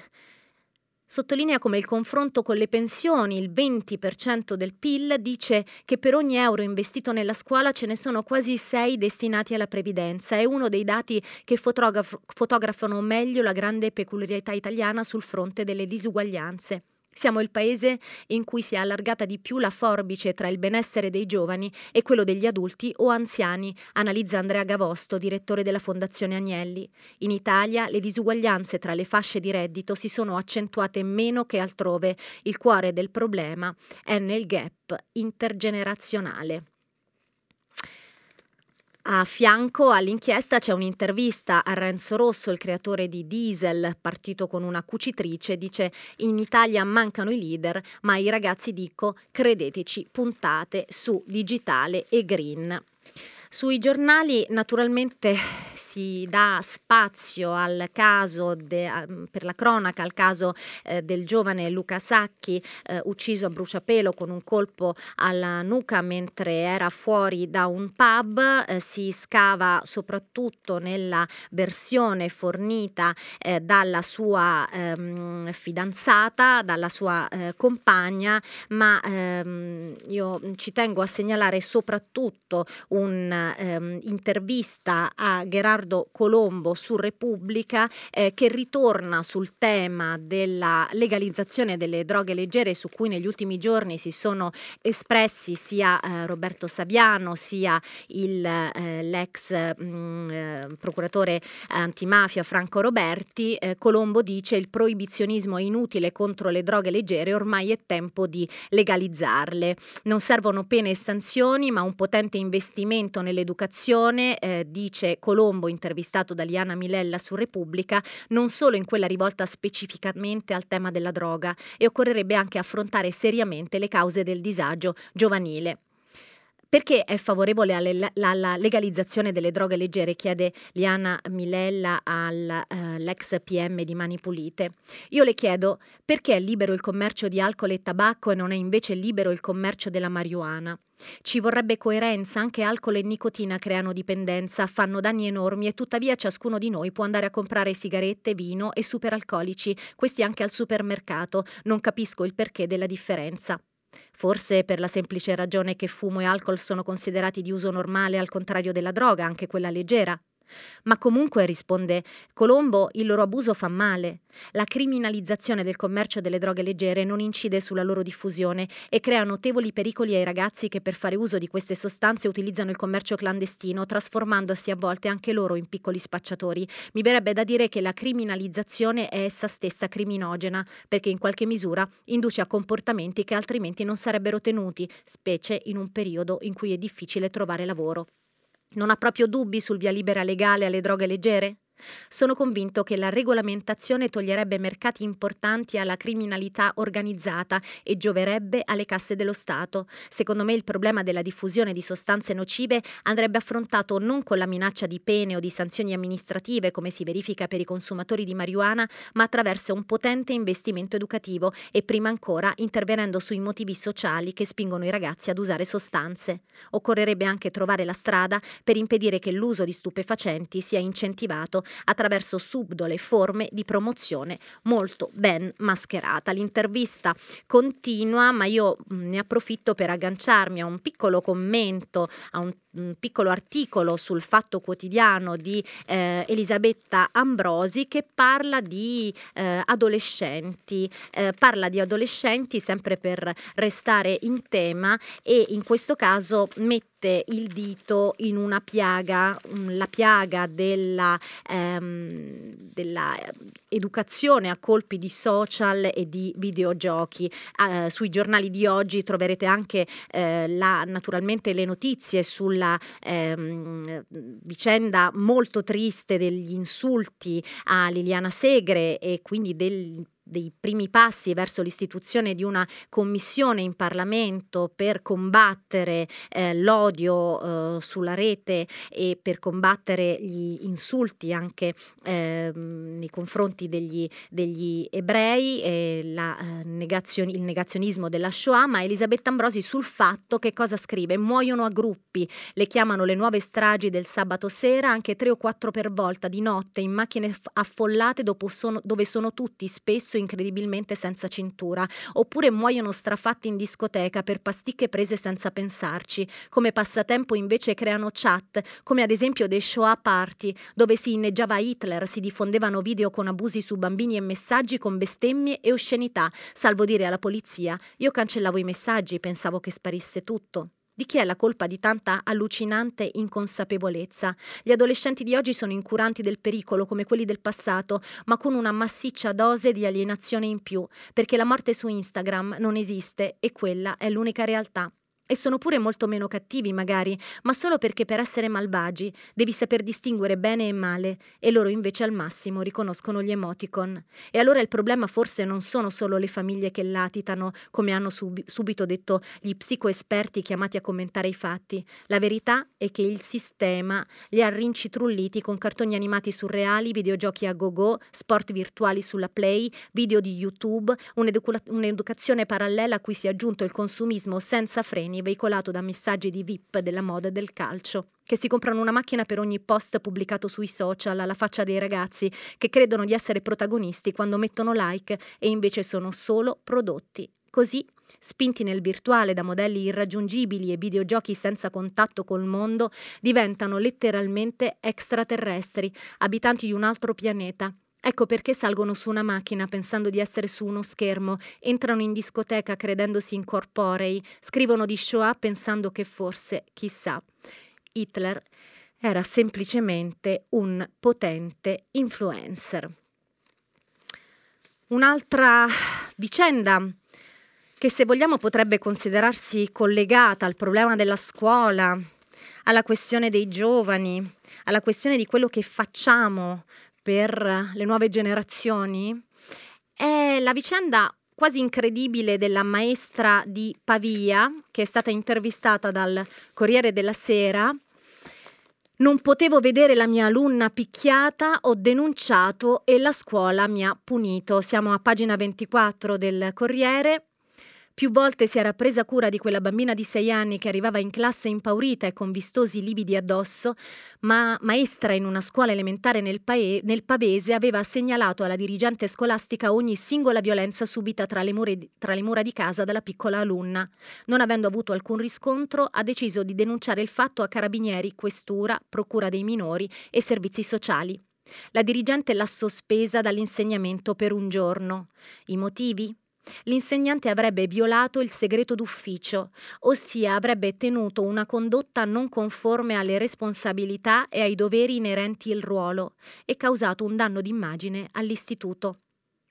sottolinea come il confronto con le pensioni, il 20% del PIL, dice che per ogni euro investito nella scuola ce ne sono quasi 6 destinati alla previdenza. È uno dei dati che fotografano meglio la grande peculiarità italiana sul fronte delle disuguaglianze. Siamo il paese in cui si è allargata di più la forbice tra il benessere dei giovani e quello degli adulti o anziani, analizza Andrea Gavosto, direttore della Fondazione Agnelli. In Italia le disuguaglianze tra le fasce di reddito si sono accentuate meno che altrove. Il cuore del problema è nel gap intergenerazionale. A fianco all'inchiesta c'è un'intervista a Renzo Rosso, il creatore di Diesel, partito con una cucitrice. Dice: in Italia mancano i leader, ma i ragazzi dico credeteci, puntate su digitale e green. Sui giornali naturalmente si dà spazio al caso per la cronaca, al caso del giovane Luca Sacchi, ucciso a bruciapelo con un colpo alla nuca mentre era fuori da un pub. Si scava soprattutto nella versione fornita dalla sua fidanzata, dalla sua compagna, ma io ci tengo a segnalare soprattutto un'intervista a Gherardo Colombo su Repubblica che ritorna sul tema della legalizzazione delle droghe leggere, su cui negli ultimi giorni si sono espressi sia Roberto Saviano sia l'ex procuratore antimafia Franco Roberti. Colombo dice: il proibizionismo è inutile contro le droghe leggere, ormai è tempo di legalizzarle. Non servono pene e sanzioni, ma un potente investimento nell'educazione, dice Colombo, intervistato da Liana Milella su Repubblica, non solo in quella rivolta specificamente al tema della droga, e occorrerebbe anche affrontare seriamente le cause del disagio giovanile. Perché è favorevole alla legalizzazione delle droghe leggere? Chiede Liana Milella all'ex PM di Mani Pulite. Io le chiedo: perché è libero il commercio di alcol e tabacco e non è invece libero il commercio della marijuana? Ci vorrebbe coerenza. Anche alcol e nicotina creano dipendenza, fanno danni enormi, e tuttavia ciascuno di noi può andare a comprare sigarette, vino e superalcolici, questi anche al supermercato. Non capisco il perché della differenza. Forse per la semplice ragione che fumo e alcol sono considerati di uso normale, al contrario della droga, anche quella leggera. Ma comunque, risponde Colombo, il loro abuso fa male. La criminalizzazione del commercio delle droghe leggere non incide sulla loro diffusione e crea notevoli pericoli ai ragazzi che per fare uso di queste sostanze utilizzano il commercio clandestino, trasformandosi a volte anche loro in piccoli spacciatori. Mi verrebbe da dire che la criminalizzazione è essa stessa criminogena, perché in qualche misura induce a comportamenti che altrimenti non sarebbero tenuti, specie in un periodo in cui è difficile trovare lavoro. Non ha proprio dubbi sul via libera legale alle droghe leggere? Sono convinto che la regolamentazione toglierebbe mercati importanti alla criminalità organizzata e gioverebbe alle casse dello Stato. Secondo me il problema della diffusione di sostanze nocive andrebbe affrontato non con la minaccia di pene o di sanzioni amministrative, come si verifica per i consumatori di marijuana, ma attraverso un potente investimento educativo e prima ancora intervenendo sui motivi sociali che spingono i ragazzi ad usare sostanze. Occorrerebbe anche trovare la strada per impedire che l'uso di stupefacenti sia incentivato attraverso subdole forme di promozione molto ben mascherata. L'intervista continua, ma io ne approfitto per agganciarmi a un piccolo commento, a un piccolo articolo sul Fatto Quotidiano di Elisabetta Ambrosi, che parla di adolescenti, sempre per restare in tema, e in questo caso mette il dito in una piaga, la piaga della educazione a colpi di social e di videogiochi. Sui giornali di oggi troverete anche naturalmente le notizie sulla vicenda molto triste degli insulti a Liliana Segre e quindi dei primi passi verso l'istituzione di una commissione in Parlamento per combattere l'odio sulla rete e per combattere gli insulti anche nei confronti degli ebrei e il negazionismo della Shoah. Ma Elisabetta Ambrosi sul Fatto che cosa scrive? Muoiono a gruppi, le chiamano le nuove stragi del sabato sera, anche 3 o 4 per volta di notte in macchine affollate dove sono tutti spesso incredibilmente senza cintura, oppure muoiono strafatti in discoteca per pasticche prese senza pensarci. Come passatempo invece creano chat, come ad esempio dei Shoah Party, dove si inneggiava Hitler, si diffondevano video con abusi su bambini e messaggi con bestemmie e oscenità, salvo dire alla polizia: io cancellavo i messaggi, pensavo che sparisse tutto. Di chi è la colpa di tanta allucinante inconsapevolezza? Gli adolescenti di oggi sono incuranti del pericolo come quelli del passato, ma con una massiccia dose di alienazione in più, perché la morte su Instagram non esiste e quella è l'unica realtà. E sono pure molto meno cattivi magari, ma solo perché per essere malvagi devi saper distinguere bene e male, e loro invece al massimo riconoscono gli emoticon. E allora il problema forse non sono solo le famiglie che latitano, come hanno subito detto gli psicoesperti chiamati a commentare i fatti. La verità è che il sistema li ha rincitrulliti con cartoni animati surreali, videogiochi a go-go, sport virtuali sulla Play, video di YouTube, un'educazione parallela a cui si è aggiunto il consumismo senza freni veicolato da messaggi di VIP della moda e del calcio, che si comprano una macchina per ogni post pubblicato sui social, alla faccia dei ragazzi che credono di essere protagonisti quando mettono like e invece sono solo prodotti. Così, spinti nel virtuale da modelli irraggiungibili e videogiochi senza contatto col mondo, diventano letteralmente extraterrestri, abitanti di un altro pianeta. Ecco perché salgono su una macchina pensando di essere su uno schermo, entrano in discoteca credendosi incorporei, scrivono di Shoah pensando che forse, chissà, Hitler era semplicemente un potente influencer. Un'altra vicenda che, se vogliamo, potrebbe considerarsi collegata al problema della scuola, alla questione dei giovani, alla questione di quello che facciamo per le nuove generazioni, è la vicenda quasi incredibile della maestra di Pavia, che è stata intervistata dal Corriere della Sera. Non potevo vedere la mia alunna picchiata, ho denunciato e la scuola mi ha punito. Siamo a pagina 24 del Corriere. Più volte si era presa cura di quella bambina di 6 anni che arrivava in classe impaurita e con vistosi lividi addosso, ma maestra in una scuola elementare nel Pavese aveva segnalato alla dirigente scolastica ogni singola violenza subita tra le mura di casa dalla piccola alunna. Non avendo avuto alcun riscontro, ha deciso di denunciare il fatto a carabinieri, questura, procura dei minori e servizi sociali. La dirigente l'ha sospesa dall'insegnamento per 1 giorno. I motivi? L'insegnante avrebbe violato il segreto d'ufficio, ossia avrebbe tenuto una condotta non conforme alle responsabilità e ai doveri inerenti al ruolo e causato un danno d'immagine all'istituto.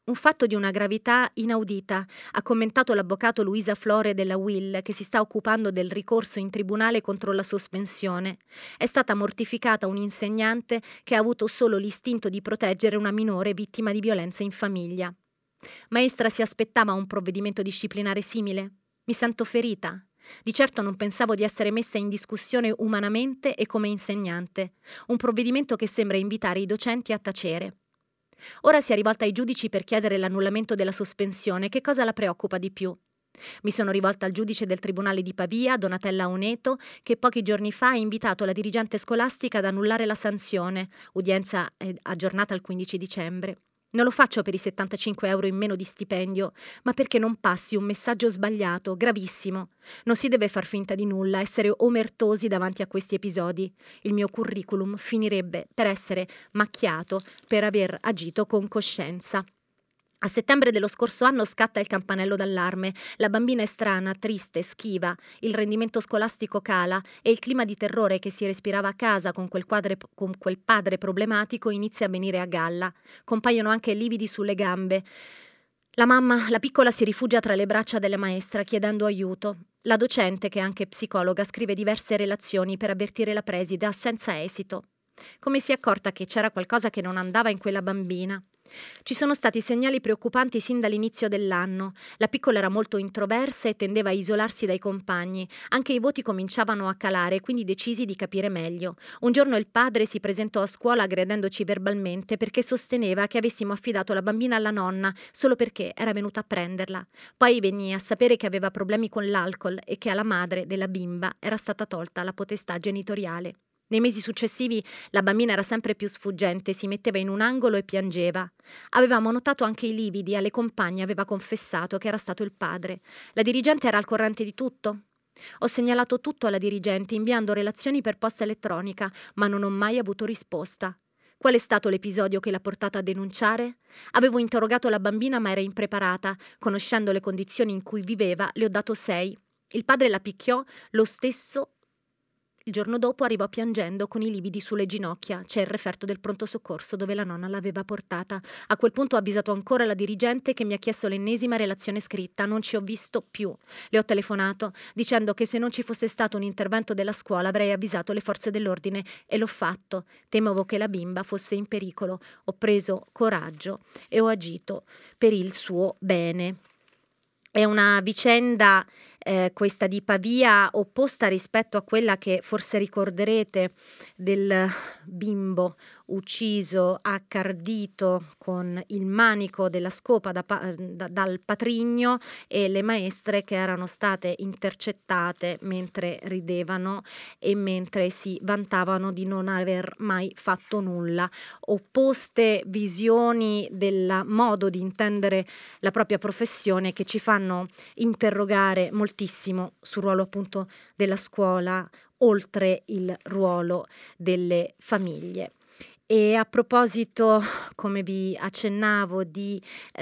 Un fatto di una gravità inaudita, ha commentato l'avvocato Luisa Flore della UIL, che si sta occupando del ricorso in tribunale contro la sospensione. È stata mortificata un'insegnante che ha avuto solo l'istinto di proteggere una minore vittima di violenza in famiglia. Maestra, si aspettava un provvedimento disciplinare simile? Mi sento ferita. Di certo non pensavo di essere messa in discussione umanamente e come insegnante. Un provvedimento che sembra invitare i docenti a tacere. Ora si è rivolta ai giudici per chiedere l'annullamento della sospensione. Che cosa la preoccupa di più? Mi sono rivolta al giudice del Tribunale di Pavia, Donatella Uneto, che pochi giorni fa ha invitato la dirigente scolastica ad annullare la sanzione. Udienza è aggiornata al 15 dicembre. Non lo faccio per i 75 euro in meno di stipendio, ma perché non passi un messaggio sbagliato, gravissimo. Non si deve far finta di nulla, essere omertosi davanti a questi episodi. Il mio curriculum finirebbe per essere macchiato per aver agito con coscienza. A settembre dello scorso anno scatta il campanello d'allarme. La bambina è strana, triste, schiva, il rendimento scolastico cala e il clima di terrore che si respirava a casa con quel padre problematico inizia a venire a galla. Compaiono anche lividi sulle gambe. La piccola, si rifugia tra le braccia della maestra chiedendo aiuto. La docente, che è anche psicologa, scrive diverse relazioni per avvertire la preside, senza esito. Come si è accorta che c'era qualcosa che non andava in quella bambina? Ci sono stati segnali preoccupanti sin dall'inizio dell'anno. La piccola era molto introversa e tendeva a isolarsi dai compagni. Anche i voti cominciavano a calare, quindi decisi di capire meglio. Un giorno il padre si presentò a scuola aggredendoci verbalmente perché sosteneva che avessimo affidato la bambina alla nonna solo perché era venuta a prenderla. Poi venni a sapere che aveva problemi con l'alcol e che alla madre della bimba era stata tolta la potestà genitoriale. Nei mesi successivi la bambina era sempre più sfuggente, si metteva in un angolo e piangeva. Avevamo notato anche i lividi, alle compagne aveva confessato che era stato il padre. La dirigente era al corrente di tutto? Ho segnalato tutto alla dirigente inviando relazioni per posta elettronica, ma non ho mai avuto risposta. Qual è stato l'episodio che l'ha portata a denunciare? Avevo interrogato la bambina ma era impreparata. Conoscendo le condizioni in cui viveva, le ho dato 6. Il padre la picchiò lo stesso. Il giorno dopo arrivò piangendo con i lividi sulle ginocchia. C'è il referto del pronto soccorso dove la nonna l'aveva portata. A quel punto ho avvisato ancora la dirigente che mi ha chiesto l'ennesima relazione scritta. Non ci ho visto più. Le ho telefonato dicendo che se non ci fosse stato un intervento della scuola avrei avvisato le forze dell'ordine e l'ho fatto. Temevo che la bimba fosse in pericolo. Ho preso coraggio e ho agito per il suo bene. È una vicenda, questa di Pavia, opposta rispetto a quella che forse ricorderete del bimbo ucciso, accardito con il manico della scopa dal patrigno e le maestre che erano state intercettate mentre ridevano e mentre si vantavano di non aver mai fatto nulla. Opposte visioni del modo di intendere la propria professione che ci fanno interrogare moltissimo sul ruolo appunto della scuola, oltre il ruolo delle famiglie. E a proposito, come vi accennavo, di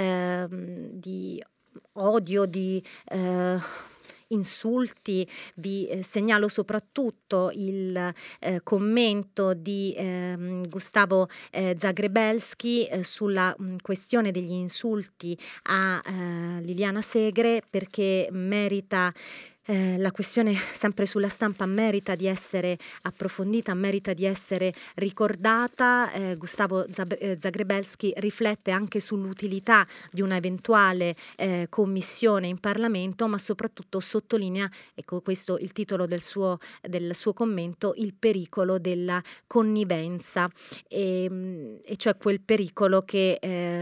odio, di insulti, vi segnalo soprattutto il commento di Gustavo Zagrebelski sulla questione degli insulti a Liliana Segre, perché merita. La questione sempre sulla stampa merita di essere approfondita, merita di essere ricordata. Gustavo Zagrebelski riflette anche sull'utilità di una eventuale commissione in Parlamento, ma soprattutto sottolinea, ecco questo il titolo del suo commento, il pericolo della connivenza, e cioè quel pericolo che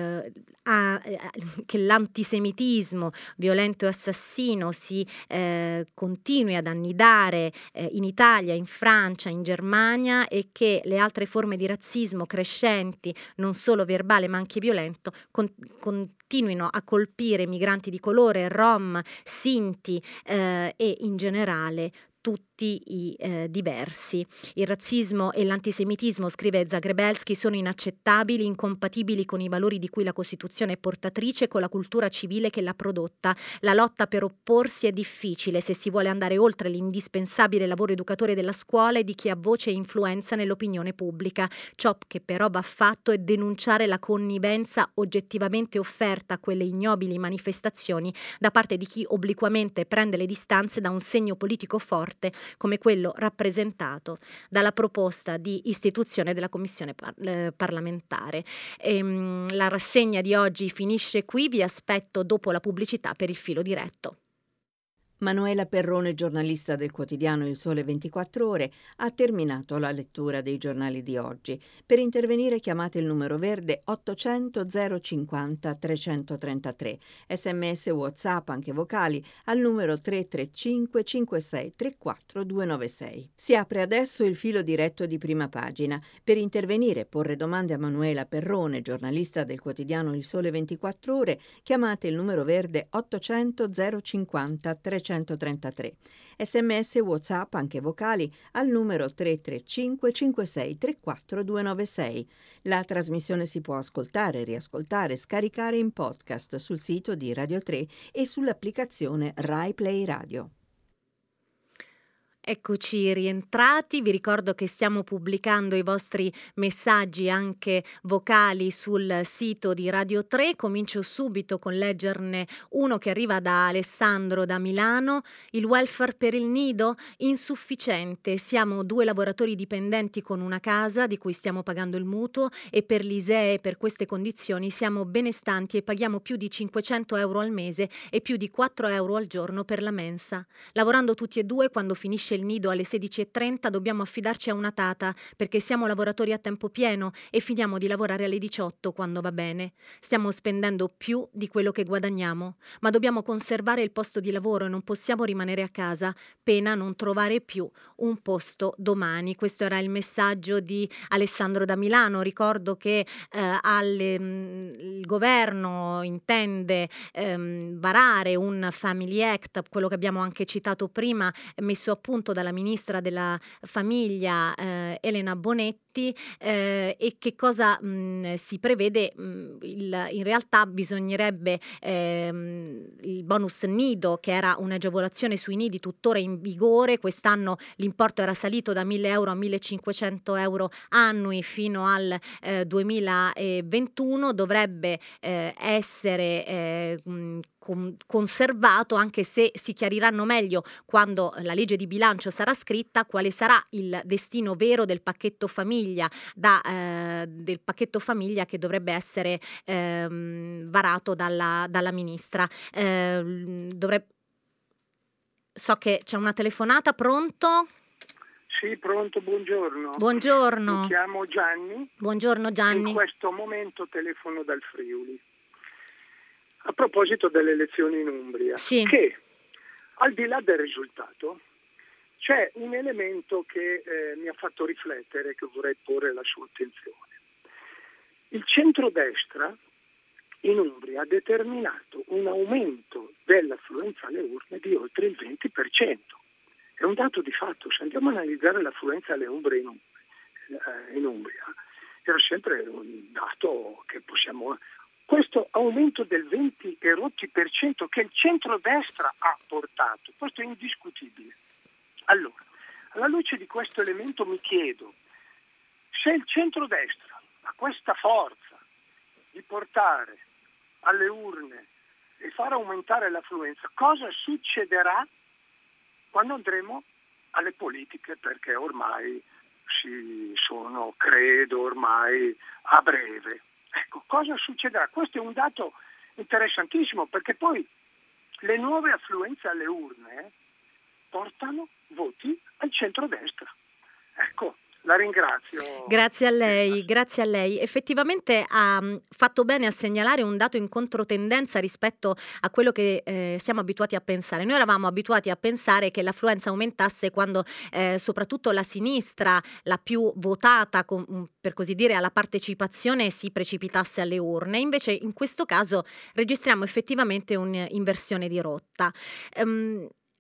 l'antisemitismo violento e assassino si continui ad annidare in Italia, in Francia, in Germania, e che le altre forme di razzismo crescenti, non solo verbale ma anche violento, continuino a colpire migranti di colore, rom, sinti e in generale tutti i diversi. Il razzismo e l'antisemitismo, scrive Zagrebelsky, sono inaccettabili, incompatibili con i valori di cui la Costituzione è portatrice e con la cultura civile che l'ha prodotta. La lotta per opporsi è difficile se si vuole andare oltre l'indispensabile lavoro educatore della scuola e di chi ha voce e influenza nell'opinione pubblica. Ciò che però va fatto è denunciare la connivenza oggettivamente offerta a quelle ignobili manifestazioni da parte di chi obliquamente prende le distanze da un segno politico forte come quello rappresentato dalla proposta di istituzione della commissione parlamentare. La rassegna di oggi finisce qui, vi aspetto dopo la pubblicità per il filo diretto. Manuela Perrone, giornalista del quotidiano Il Sole 24 Ore, ha terminato la lettura dei giornali di oggi. Per intervenire chiamate il numero verde 800 050 333, sms WhatsApp anche vocali al numero 335 56 34 296. Si apre adesso il filo diretto di Prima Pagina. Per intervenire e porre domande a Manuela Perrone, giornalista del quotidiano Il Sole 24 Ore, chiamate il numero verde 800 050 333. Sms WhatsApp anche vocali al numero 335 56 34 296. La trasmissione si può ascoltare, riascoltare, scaricare in podcast sul sito di Radio 3 e sull'applicazione Rai Play Radio. Eccoci rientrati, vi ricordo che stiamo pubblicando i vostri messaggi anche vocali sul sito di Radio 3. Comincio subito con leggerne uno che arriva da Alessandro da Milano. Il welfare per il nido? Insufficiente. Siamo 2 lavoratori dipendenti con una casa di cui stiamo pagando il mutuo e per l'ISEE per queste condizioni siamo benestanti e paghiamo più di 500 euro al mese e più di 4 euro al giorno per la mensa. Lavorando tutti e 2, quando finisce il nido alle 16:30 dobbiamo affidarci a una tata perché siamo lavoratori a tempo pieno e finiamo di lavorare alle 18 quando va bene. Stiamo spendendo più di quello che guadagniamo, ma dobbiamo conservare il posto di lavoro e non possiamo rimanere a casa, pena non trovare più un posto domani. Questo era il messaggio di Alessandro da Milano. Ricordo che il governo intende varare un Family Act, quello che abbiamo anche citato prima, messo a punto dalla ministra della famiglia Elena Bonetti, e che cosa si prevede. In realtà bisognerebbe il bonus nido, che era un'agevolazione sui nidi tuttora in vigore, quest'anno l'importo era salito da 1.000 euro a 1.500 euro annui fino al 2021, dovrebbe essere conservato, anche se si chiariranno meglio quando la legge di bilancio sarà scritta quale sarà il destino vero del pacchetto famiglia, del pacchetto famiglia che dovrebbe essere varato dalla ministra. So che c'è una telefonata. Pronto? Sì, pronto, buongiorno. Buongiorno. Mi chiamo Gianni. Buongiorno Gianni. In questo momento telefono dal Friuli. A proposito delle elezioni in Umbria, sì, che al di là del risultato c'è un elemento che mi ha fatto riflettere, che vorrei porre la sua attenzione. Il centrodestra in Umbria ha determinato un aumento dell'affluenza alle urne di oltre il 20%. È un dato di fatto. Se andiamo a analizzare l'affluenza alle urne in Umbria, era sempre un dato che possiamo... Questo aumento del 20 e rotti per cento che il centrodestra ha portato, questo è indiscutibile. Allora, alla luce di questo elemento mi chiedo, se il centrodestra ha questa forza di portare alle urne e far aumentare l'affluenza, cosa succederà quando andremo alle politiche? Perché ormai credo ormai a breve. Ecco, cosa succederà? Questo è un dato interessantissimo, perché poi le nuove affluenze alle urne portano voti al centrodestra. Ecco, la ringrazio. Grazie a lei, grazie a lei. Effettivamente ha fatto bene a segnalare un dato in controtendenza rispetto a quello che siamo abituati a pensare. Noi eravamo abituati a pensare che l'affluenza aumentasse quando soprattutto la sinistra, la più votata per così dire alla partecipazione, si precipitasse alle urne. Invece in questo caso registriamo effettivamente un'inversione di rotta.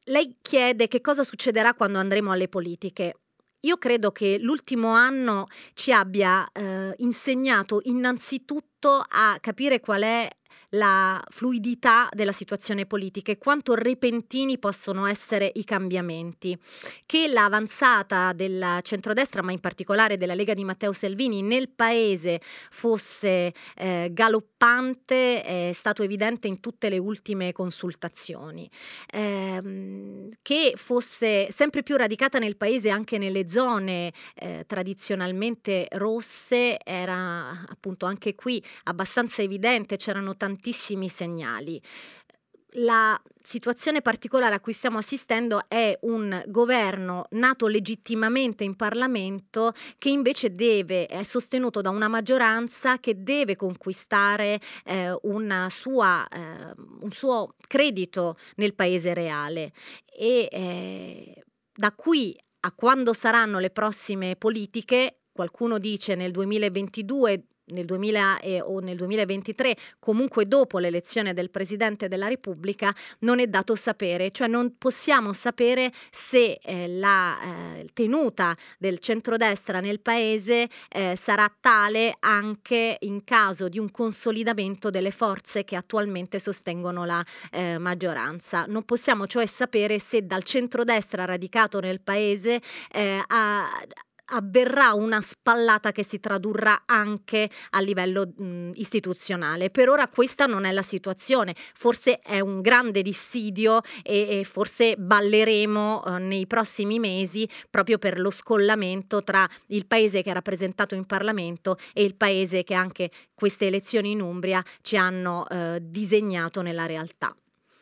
Lei chiede che cosa succederà quando andremo alle politiche. Io credo che l'ultimo anno ci abbia insegnato innanzitutto a capire qual è la fluidità della situazione politica e quanto repentini possono essere i cambiamenti. Che l'avanzata del centrodestra, ma in particolare della Lega di Matteo Salvini, nel paese fosse galoppante è stato evidente in tutte le ultime consultazioni. Che fosse sempre più radicata nel paese anche nelle zone tradizionalmente rosse era appunto anche qui abbastanza evidente, c'erano tantissimi segnali. La situazione particolare a cui stiamo assistendo è un governo nato legittimamente in Parlamento che invece è sostenuto da una maggioranza che deve conquistare un suo credito nel paese reale e da qui a quando saranno le prossime politiche, qualcuno dice nel 2022, o nel 2023, comunque dopo l'elezione del Presidente della Repubblica, non è dato sapere, cioè non possiamo sapere se la tenuta del centrodestra nel paese sarà tale anche in caso di un consolidamento delle forze che attualmente sostengono la maggioranza. Non possiamo cioè sapere se dal centrodestra radicato nel paese avverrà una spallata che si tradurrà anche a livello istituzionale. Per ora questa non è la situazione, forse è un grande dissidio e forse balleremo nei prossimi mesi proprio per lo scollamento tra il paese che è rappresentato in Parlamento e il paese che anche queste elezioni in Umbria ci hanno disegnato nella realtà.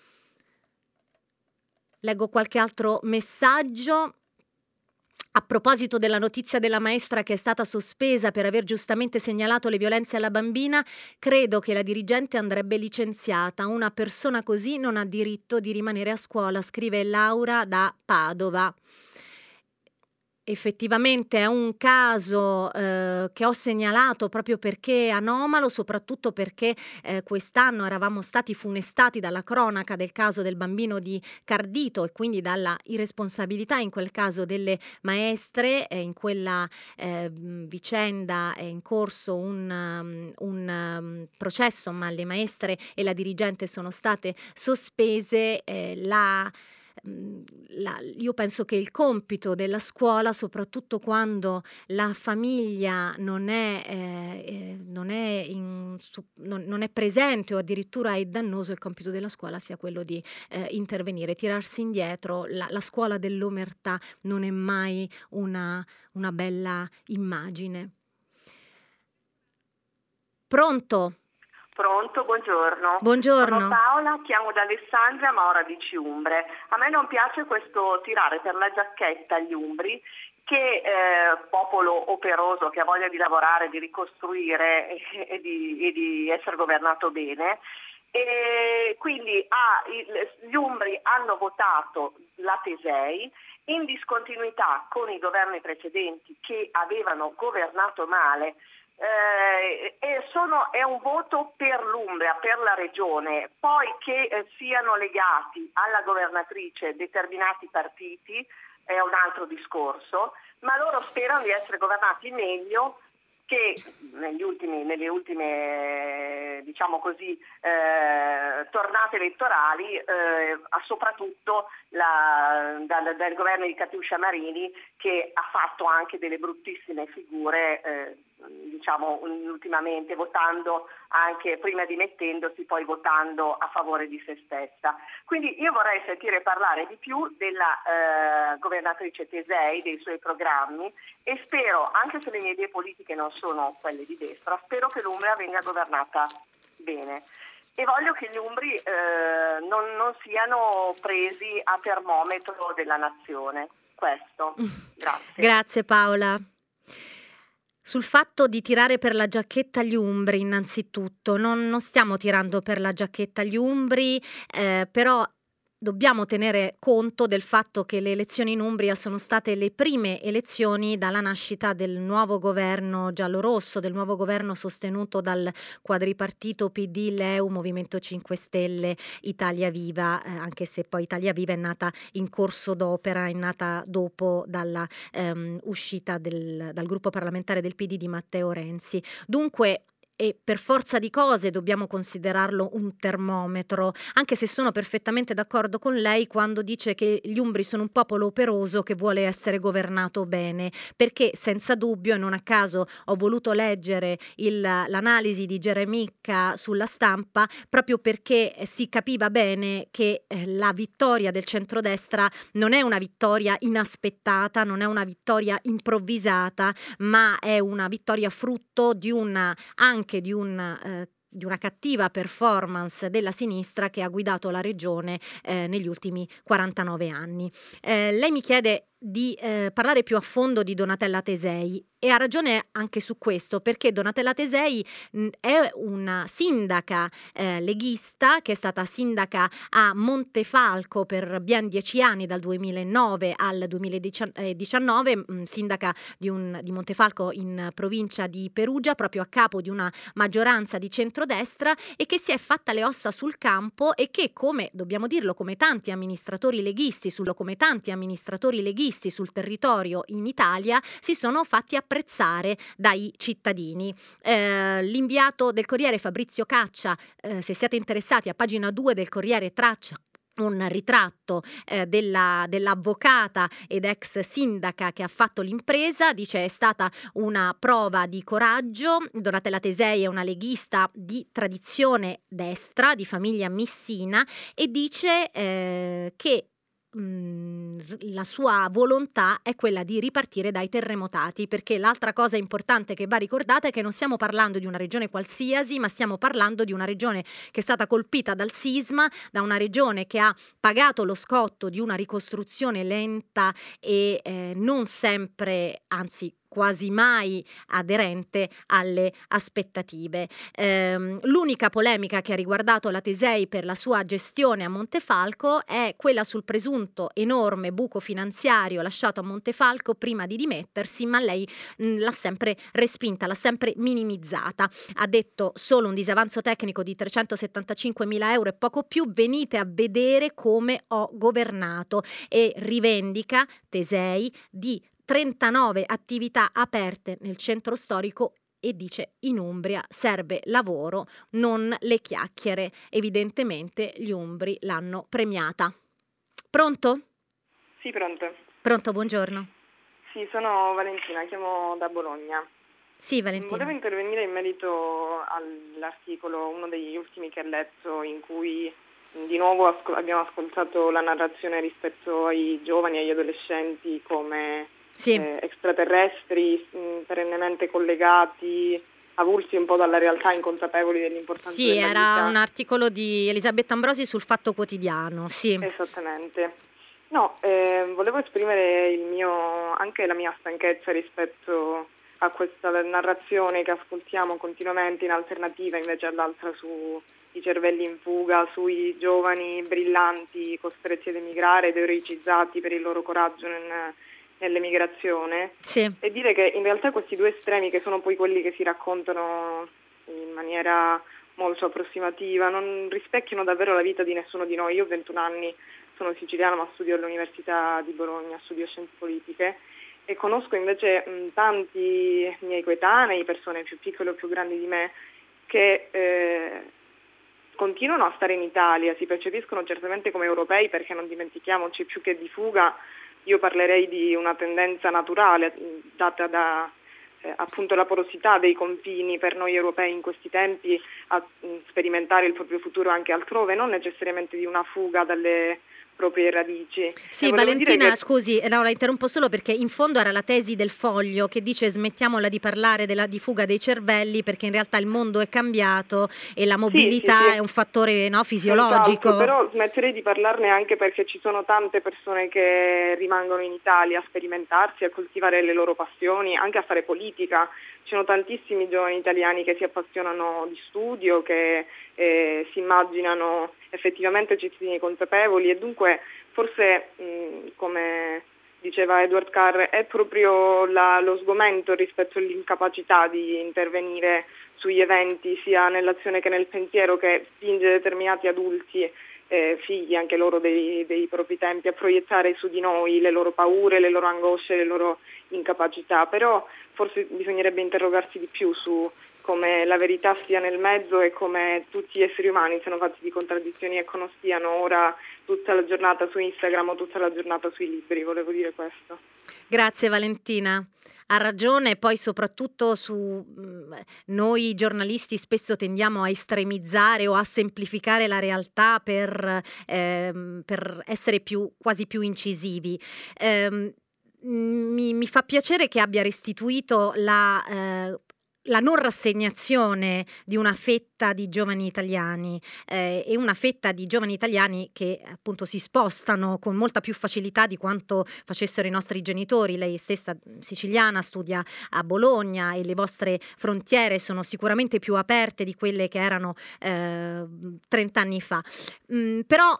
Leggo qualche altro messaggio. A proposito della notizia della maestra che è stata sospesa per aver giustamente segnalato le violenze alla bambina, credo che la dirigente andrebbe licenziata. Una persona così non ha diritto di rimanere a scuola, scrive Laura da Padova. Effettivamente è un caso che ho segnalato proprio perché è anomalo, soprattutto perché quest'anno eravamo stati funestati dalla cronaca del caso del bambino di Cardito e quindi dalla irresponsabilità in quel caso delle maestre. In quella vicenda è in corso un processo, ma le maestre e la dirigente sono state sospese. Io penso che il compito della scuola, soprattutto quando la famiglia non è presente o addirittura è dannoso, il compito della scuola sia quello di intervenire, tirarsi indietro. La scuola dell'omertà non è mai una bella immagine. Pronto? Pronto, buongiorno. Buongiorno. Sono Paola, chiamo da Alessandria, Maura di Ciumbre. A me non piace questo tirare per la giacchetta gli umbri, che popolo operoso che ha voglia di lavorare, di ricostruire e di essere governato bene. E quindi gli umbri hanno votato la Tesei in discontinuità con i governi precedenti che avevano governato male. È un voto per l'Umbria, per la regione. Poi che siano legati alla governatrice determinati partiti è un altro discorso, ma loro sperano di essere governati meglio che nelle ultime diciamo così tornate elettorali, soprattutto dal governo di Catiuscia Marini, che ha fatto anche delle bruttissime figure diciamo ultimamente, votando anche prima dimettendosi, poi votando a favore di se stessa. Quindi io vorrei sentire parlare di più della governatrice Tesei, dei suoi programmi, e spero, anche se le mie idee politiche non sono quelle di destra, spero che l'Umbria venga governata bene. E voglio che gli umbri non siano presi a termometro della nazione. Questo. Grazie. Grazie Paola. Sul fatto di tirare per la giacchetta gli umbri, innanzitutto, non stiamo tirando per la giacchetta gli umbri, però dobbiamo tenere conto del fatto che le elezioni in Umbria sono state le prime elezioni dalla nascita del nuovo governo giallorosso, del nuovo governo sostenuto dal quadripartito PD, LeU, Movimento 5 Stelle, Italia Viva, anche se poi Italia Viva è nata in corso d'opera, è nata dopo dalla uscita dal gruppo parlamentare del PD di Matteo Renzi. Dunque, e per forza di cose dobbiamo considerarlo un termometro, anche se sono perfettamente d'accordo con lei quando dice che gli umbri sono un popolo operoso che vuole essere governato bene, perché senza dubbio, e non a caso ho voluto leggere l'analisi di Geremicca sulla Stampa, proprio perché si capiva bene che la vittoria del centrodestra non è una vittoria inaspettata, non è una vittoria improvvisata, ma è una vittoria frutto di anche di una cattiva performance della sinistra che ha guidato la regione negli ultimi 49 anni. Lei mi chiede di parlare più a fondo di Donatella Tesei, e ha ragione anche su questo, perché Donatella Tesei è una sindaca leghista che è stata sindaca a Montefalco per ben 10 anni, dal 2009 al 2019, sindaca di Montefalco in provincia di Perugia, proprio a capo di una maggioranza di centrodestra, e che si è fatta le ossa sul campo e che, come dobbiamo dirlo, come tanti amministratori leghisti sul territorio in Italia, si sono fatti apprezzare dai cittadini. L'inviato del Corriere Fabrizio Caccia, se siete interessati, a pagina 2 del Corriere traccia un ritratto dell'avvocata ed ex sindaca che ha fatto l'impresa. Dice: è stata una prova di coraggio. Donatella Tesei è una leghista di tradizione destra, di famiglia missina, e dice che la sua volontà è quella di ripartire dai terremotati, perché l'altra cosa importante che va ricordata è che non stiamo parlando di una regione qualsiasi, ma stiamo parlando di una regione che è stata colpita dal sisma, da una regione che ha pagato lo scotto di una ricostruzione lenta e non sempre, anzi quasi mai aderente alle aspettative. L'unica polemica che ha riguardato la Tesei per la sua gestione a Montefalco è quella sul presunto enorme buco finanziario lasciato a Montefalco prima di dimettersi, ma lei l'ha sempre respinta, l'ha sempre minimizzata. Ha detto: solo un disavanzo tecnico di 375.000 euro e poco più, venite a vedere come ho governato, e rivendica Tesei di 39 attività aperte nel centro storico e dice: in Umbria serve lavoro, non le chiacchiere. Evidentemente gli umbri l'hanno premiata. Pronto? Sì, pronto. Pronto, buongiorno. Sì, sono Valentina, chiamo da Bologna. Sì, Valentina. Volevo intervenire in merito all'articolo, uno degli ultimi che ho letto, in cui di nuovo abbiamo ascoltato la narrazione rispetto ai giovani, agli adolescenti come extraterrestri, perennemente collegati, avulsi un po' dalla realtà, inconsapevoli dell'importanza della vita. Sì, era un articolo di Elisabetta Ambrosi sul Fatto Quotidiano, sì. Esattamente. No, volevo esprimere anche la mia stanchezza rispetto a questa narrazione che ascoltiamo continuamente in alternativa invece all'altra sui cervelli in fuga, sui giovani brillanti costretti ad emigrare ed eroicizzati per il loro coraggio nell'emigrazione, sì. E dire che in realtà questi due estremi, che sono poi quelli che si raccontano in maniera molto approssimativa, non rispecchiano davvero la vita di nessuno di noi. Io ho 21 anni, sono siciliana ma studio all'Università di Bologna, studio scienze politiche, e conosco invece tanti miei coetanei, persone più piccole o più grandi di me, che continuano a stare in Italia, si percepiscono certamente come europei, perché non dimentichiamoci, più che di fuga io parlerei di una tendenza naturale data da appunto la porosità dei confini per noi europei in questi tempi a sperimentare il proprio futuro anche altrove, non necessariamente di una fuga dalle proprie radici. Sì, Valentina, scusi, no, la interrompo solo perché in fondo era la tesi del Foglio che dice: smettiamola di parlare di fuga dei cervelli, perché in realtà il mondo è cambiato e la mobilità è un fattore fisiologico. Però smetterei di parlarne anche perché ci sono tante persone che rimangono in Italia a sperimentarsi, a coltivare le loro passioni, anche a fare politica. Ci sono tantissimi giovani italiani che si appassionano di studio, che si immaginano effettivamente cittadini consapevoli, e dunque forse, come diceva Edward Carr, è proprio lo sgomento rispetto all'incapacità di intervenire sugli eventi, sia nell'azione che nel pensiero, che spinge determinati adulti, figli anche loro dei propri tempi, a proiettare su di noi le loro paure, le loro angosce, le loro incapacità. Però forse bisognerebbe interrogarsi di più su come la verità stia nel mezzo e come tutti gli esseri umani siano fatti di contraddizioni e non stiano ora tutta la giornata su Instagram o tutta la giornata sui libri. Volevo dire questo. Grazie Valentina. Ha ragione, poi soprattutto noi giornalisti spesso tendiamo a estremizzare o a semplificare la realtà per essere quasi più incisivi. Mi fa piacere che abbia restituito la non rassegnazione di una fetta di giovani italiani, e una fetta di giovani italiani che appunto si spostano con molta più facilità di quanto facessero i nostri genitori. Lei stessa, siciliana, studia a Bologna e le vostre frontiere sono sicuramente più aperte di quelle che erano 30 anni fa. Però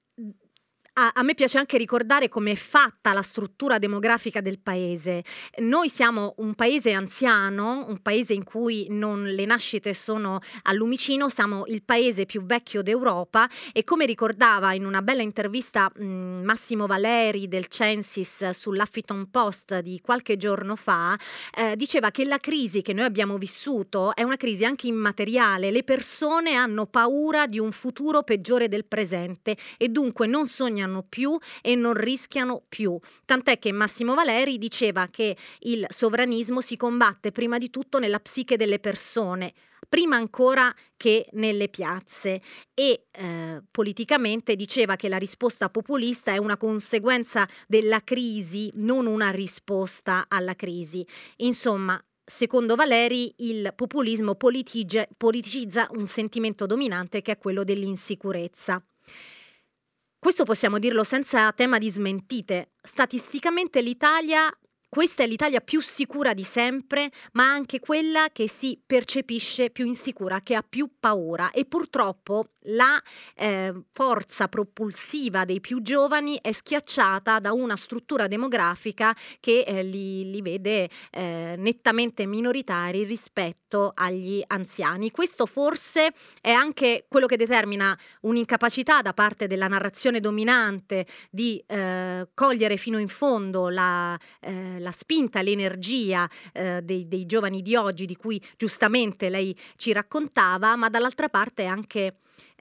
a me piace anche ricordare come è fatta la struttura demografica del paese. Noi siamo un paese anziano, un paese in cui le nascite sono al lumicino, siamo il paese più vecchio d'Europa, e come ricordava in una bella intervista Massimo Valeri del Censis sull'Huffington Post di qualche giorno fa, diceva che la crisi che noi abbiamo vissuto è una crisi anche immateriale. Le persone hanno paura di un futuro peggiore del presente e dunque non sognano più e non rischiano più. Tant'è che Massimo Valeri diceva che il sovranismo si combatte prima di tutto nella psiche delle persone, prima ancora che nelle piazze, e politicamente diceva che la risposta populista è una conseguenza della crisi, non una risposta alla crisi. Insomma, secondo Valeri, il populismo politicizza un sentimento dominante che è quello dell'insicurezza. Questo possiamo dirlo senza tema di smentite. Statisticamente questa è l'Italia più sicura di sempre, ma anche quella che si percepisce più insicura, che ha più paura, e purtroppo la forza propulsiva dei più giovani è schiacciata da una struttura demografica che li vede nettamente minoritari rispetto agli anziani. Questo forse è anche quello che determina un'incapacità da parte della narrazione dominante di cogliere fino in fondo la spinta, l'energia dei giovani di oggi, di cui giustamente lei ci raccontava, ma dall'altra parte è anche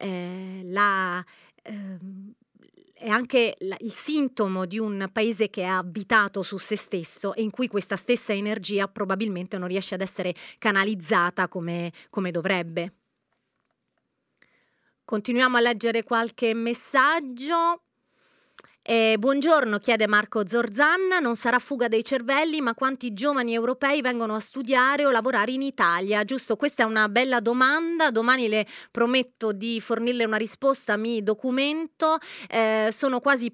il sintomo di un paese che è abitato su se stesso e in cui questa stessa energia probabilmente non riesce ad essere canalizzata come dovrebbe. Continuiamo a leggere qualche messaggio. Buongiorno, chiede Marco Zorzan, non sarà fuga dei cervelli, ma quanti giovani europei vengono a studiare o lavorare in Italia? Giusto, questa è una bella domanda, domani le prometto di fornirle una risposta, mi documento. Sono quasi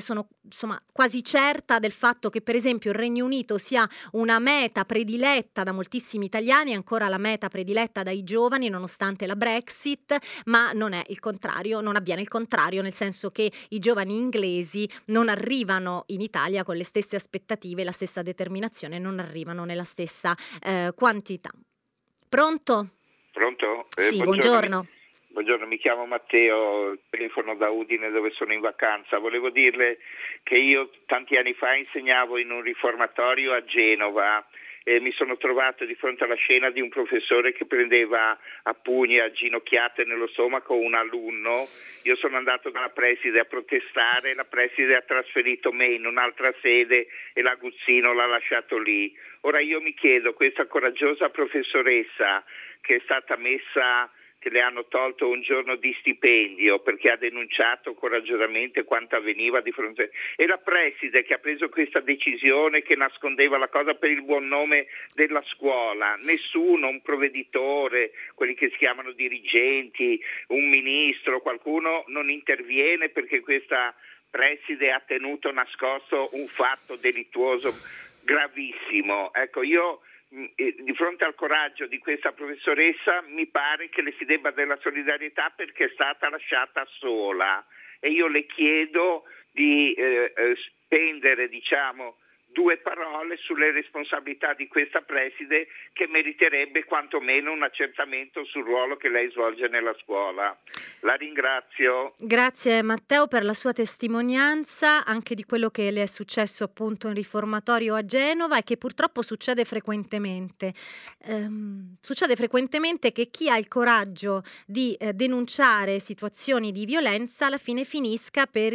certa del fatto che per esempio il Regno Unito sia una meta prediletta da moltissimi italiani, ancora la meta prediletta dai giovani nonostante la Brexit, ma non è il contrario, non avviene il contrario, nel senso che i giovani inglesi non arrivano in Italia con le stesse aspettative, la stessa determinazione, non arrivano nella stessa quantità. Pronto? Pronto? Sì, buongiorno. Buongiorno, mi chiamo Matteo, telefono da Udine dove sono in vacanza. Volevo dirle che io tanti anni fa insegnavo in un riformatorio a Genova e mi sono trovato di fronte alla scena di un professore che prendeva a pugni, a ginocchiate nello stomaco un alunno. Io sono andato dalla preside a protestare, la preside ha trasferito me in un'altra sede e l'aguzzino l'ha lasciato lì. Ora io mi chiedo, questa coraggiosa professoressa che è stata messa, che le hanno tolto un giorno di stipendio perché ha denunciato coraggiosamente quanto avveniva di fronte, e la preside che ha preso questa decisione che nascondeva la cosa per il buon nome della scuola, nessuno, un provveditore, quelli che si chiamano dirigenti, un ministro, qualcuno non interviene perché questa preside ha tenuto nascosto un fatto delittuoso gravissimo. Ecco, io di fronte al coraggio di questa professoressa mi pare che le si debba della solidarietà perché è stata lasciata sola, e io le chiedo di spendere, due parole sulle responsabilità di questa preside, che meriterebbe quantomeno un accertamento sul ruolo che lei svolge nella scuola. La ringrazio. Grazie Matteo per la sua testimonianza anche di quello che le è successo appunto in riformatorio a Genova e che purtroppo succede frequentemente. Succede frequentemente che chi ha il coraggio di denunciare situazioni di violenza alla fine finisca per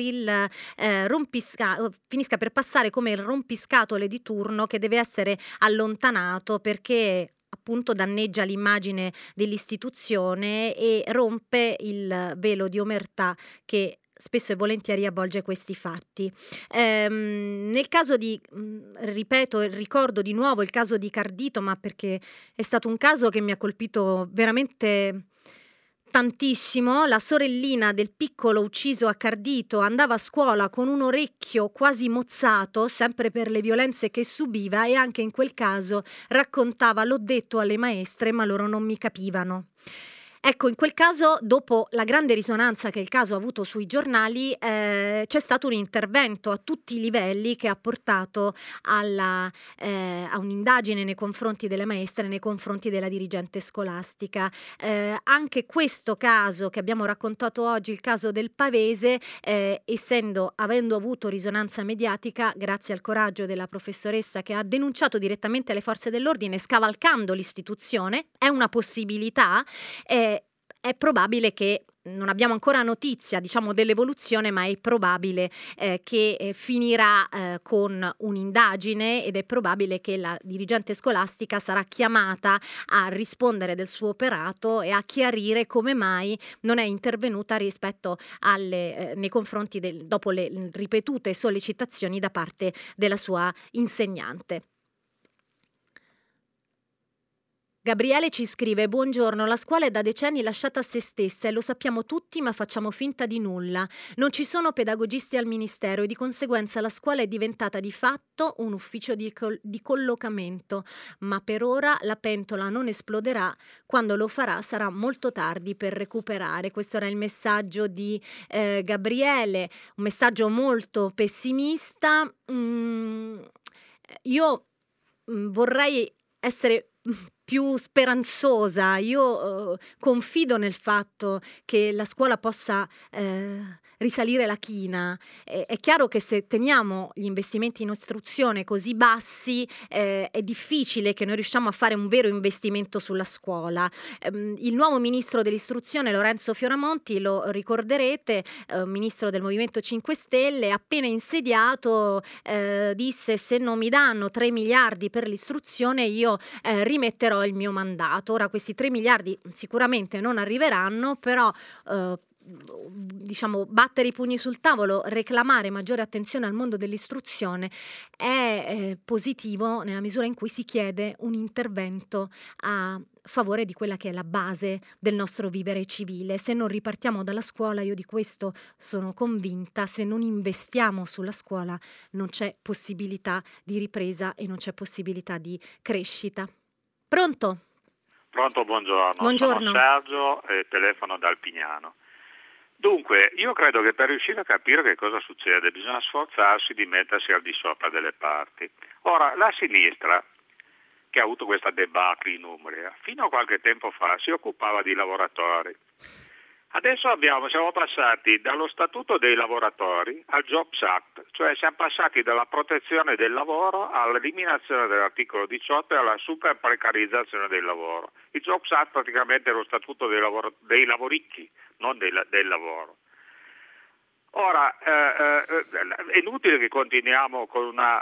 finisca per passare come il rompiscatole di turno che deve essere allontanato perché appunto danneggia l'immagine dell'istituzione e rompe il velo di omertà che spesso e volentieri avvolge questi fatti. Nel caso di, ripeto, ricordo di nuovo il caso di Cardito, ma perché è stato un caso che mi ha colpito veramente tantissimo. La sorellina del piccolo ucciso a Cardito andava a scuola con un orecchio quasi mozzato, sempre per le violenze che subiva, e anche in quel caso raccontava: l'ho detto alle maestre ma loro non mi capivano. Ecco, in quel caso, dopo la grande risonanza che il caso ha avuto sui giornali, c'è stato un intervento a tutti i livelli che ha portato a un'indagine nei confronti delle maestre, nei confronti della dirigente scolastica. Anche questo caso che abbiamo raccontato oggi, il caso del Pavese, avendo avuto risonanza mediatica, grazie al coraggio della professoressa che ha denunciato direttamente alle forze dell'ordine, scavalcando l'istituzione, è una possibilità. È probabile che non abbiamo ancora notizia, dell'evoluzione, ma è probabile che finirà con un'indagine ed è probabile che la dirigente scolastica sarà chiamata a rispondere del suo operato e a chiarire come mai non è intervenuta rispetto nei confronti dopo le ripetute sollecitazioni da parte della sua insegnante. Gabriele ci scrive: buongiorno, la scuola è da decenni lasciata a se stessa e lo sappiamo tutti, ma facciamo finta di nulla. Non ci sono pedagogisti al ministero e di conseguenza la scuola è diventata di fatto un ufficio di collocamento, ma per ora la pentola non esploderà, quando lo farà sarà molto tardi per recuperare. Questo era il messaggio di Gabriele, un messaggio molto pessimista. Io vorrei essere più speranzosa. Io confido nel fatto che la scuola possa risalire la china. È chiaro che se teniamo gli investimenti in istruzione così bassi, è difficile che noi riusciamo a fare un vero investimento sulla scuola. Il nuovo ministro dell'istruzione, Lorenzo Fioramonti, lo ricorderete, ministro del Movimento 5 Stelle, appena insediato disse: se non mi danno 3 miliardi per l'istruzione io rimetterò il mio mandato. Ora questi 3 miliardi sicuramente non arriveranno, però battere i pugni sul tavolo, reclamare maggiore attenzione al mondo dell'istruzione è positivo nella misura in cui si chiede un intervento a favore di quella che è la base del nostro vivere civile. Se non ripartiamo dalla scuola, io di questo sono convinta, se non investiamo sulla scuola non c'è possibilità di ripresa e non c'è possibilità di crescita. Pronto? Pronto, buongiorno. Buongiorno. Sono Sergio e telefono da Alpignano. Dunque, io credo che per riuscire a capire che cosa succede bisogna sforzarsi di mettersi al di sopra delle parti. Ora, la sinistra, che ha avuto questa debacle in Umbria, fino a qualche tempo fa si occupava di lavoratori. Adesso siamo passati dallo Statuto dei lavoratori al Jobs Act, cioè siamo passati dalla protezione del lavoro all'eliminazione dell'articolo 18 e alla super precarizzazione del lavoro. Il Jobs Act praticamente è lo Statuto dei lavoricchi, non del lavoro. Ora, è inutile che continuiamo con una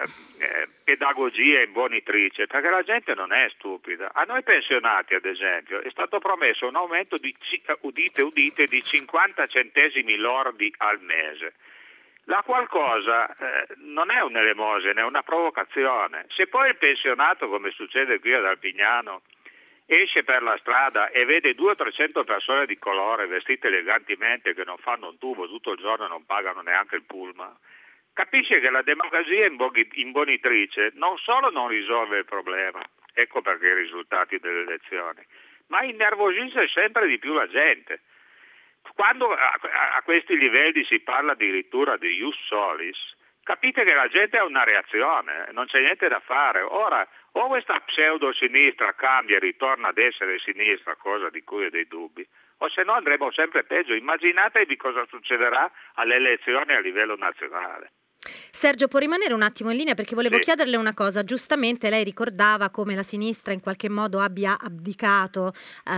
pedagogia imbonitrice, perché la gente non è stupida. A noi pensionati, ad esempio, è stato promesso un aumento di, udite, di 50 centesimi lordi al mese. La qualcosa non è un'elemosina, è una provocazione. Se poi il pensionato, come succede qui ad Alpignano, esce per la strada e vede 200 o 300 persone di colore vestite elegantemente che non fanno un tubo tutto il giorno e non pagano neanche il pullman, capisce che la demagogia imbonitrice non solo non risolve il problema, ecco perché i risultati delle elezioni, ma innervosisce sempre di più la gente. Quando a questi livelli si parla addirittura di ius solis, capite che la gente ha una reazione, non c'è niente da fare. Ora, o questa pseudo-sinistra cambia e ritorna ad essere sinistra, cosa di cui ho dei dubbi, o se no andremo sempre peggio. Immaginatevi cosa succederà alle elezioni a livello nazionale. Sergio, può rimanere un attimo in linea perché volevo Sì. chiederle una cosa. Giustamente lei ricordava come la sinistra in qualche modo abbia abdicato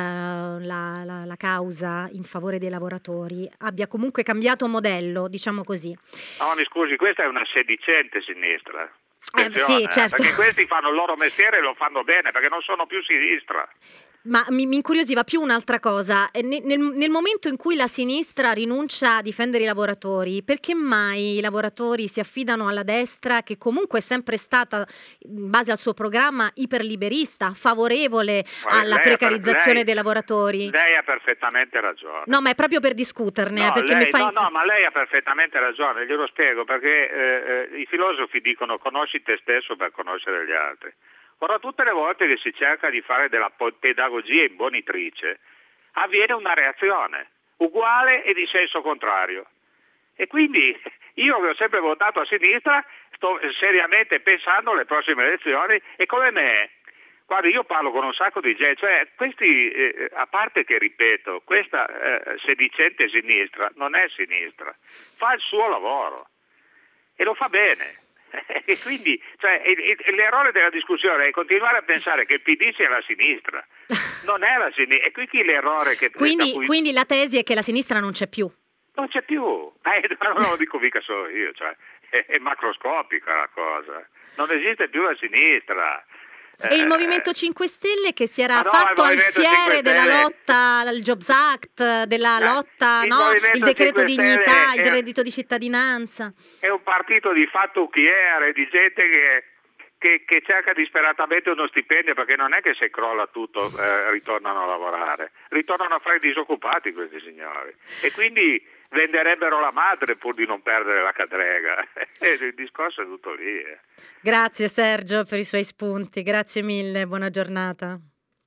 la causa in favore dei lavoratori, abbia comunque cambiato modello, diciamo così. No, mi scusi, questa è una sedicente sinistra. Sì, certo. Perché questi fanno il loro mestiere e lo fanno bene, perché non sono più sinistra. Ma mi incuriosiva più un'altra cosa. Nel momento in cui la sinistra rinuncia a difendere i lavoratori, perché mai i lavoratori si affidano alla destra, che comunque è sempre stata, in base al suo programma, iperliberista, favorevole alla precarizzazione dei lavoratori? Lei ha perfettamente ragione. No, ma è proprio per discuterne. No, Perché ma lei ha perfettamente ragione, glielo spiego, perché i filosofi dicono conosci te stesso per conoscere gli altri. Ora, tutte le volte che si cerca di fare della pedagogia imbonitrice, avviene una reazione uguale e di senso contrario. E quindi io che ho sempre votato a sinistra sto seriamente pensando alle prossime elezioni e come me. Guardi, io parlo con un sacco di gente, cioè questi, a parte che ripeto, questa sedicente sinistra non è sinistra, fa il suo lavoro e lo fa bene. E quindi l'errore della discussione è continuare a pensare che il PD sia la sinistra, non è la sinistra, e qui l'errore che quindi la tesi è che la sinistra non c'è più. Non c'è più, non lo dico mica solo io, cioè, è macroscopica la cosa, non esiste più la sinistra. E il Movimento 5 Stelle che si era fatto alfiere della lotta al Jobs Act, della lotta, il decreto dignità, il reddito di cittadinanza. È un partito di fattucchiere, di gente che cerca disperatamente uno stipendio, perché non è che se crolla tutto ritornano a lavorare, ritornano a fare i disoccupati questi signori. E quindi venderebbero la madre pur di non perdere la cadrega. Il discorso è tutto lì. Grazie Sergio per i suoi spunti, grazie mille, buona giornata.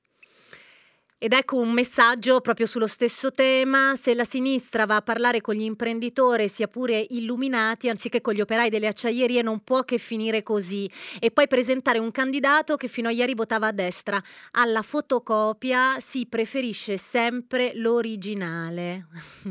Ed ecco un messaggio proprio sullo stesso tema: se la sinistra va a parlare con gli imprenditori, sia pure illuminati, anziché con gli operai delle acciaierie, non può che finire così. E poi presentare un candidato che fino a ieri votava a destra. Alla fotocopia si preferisce sempre l'originale.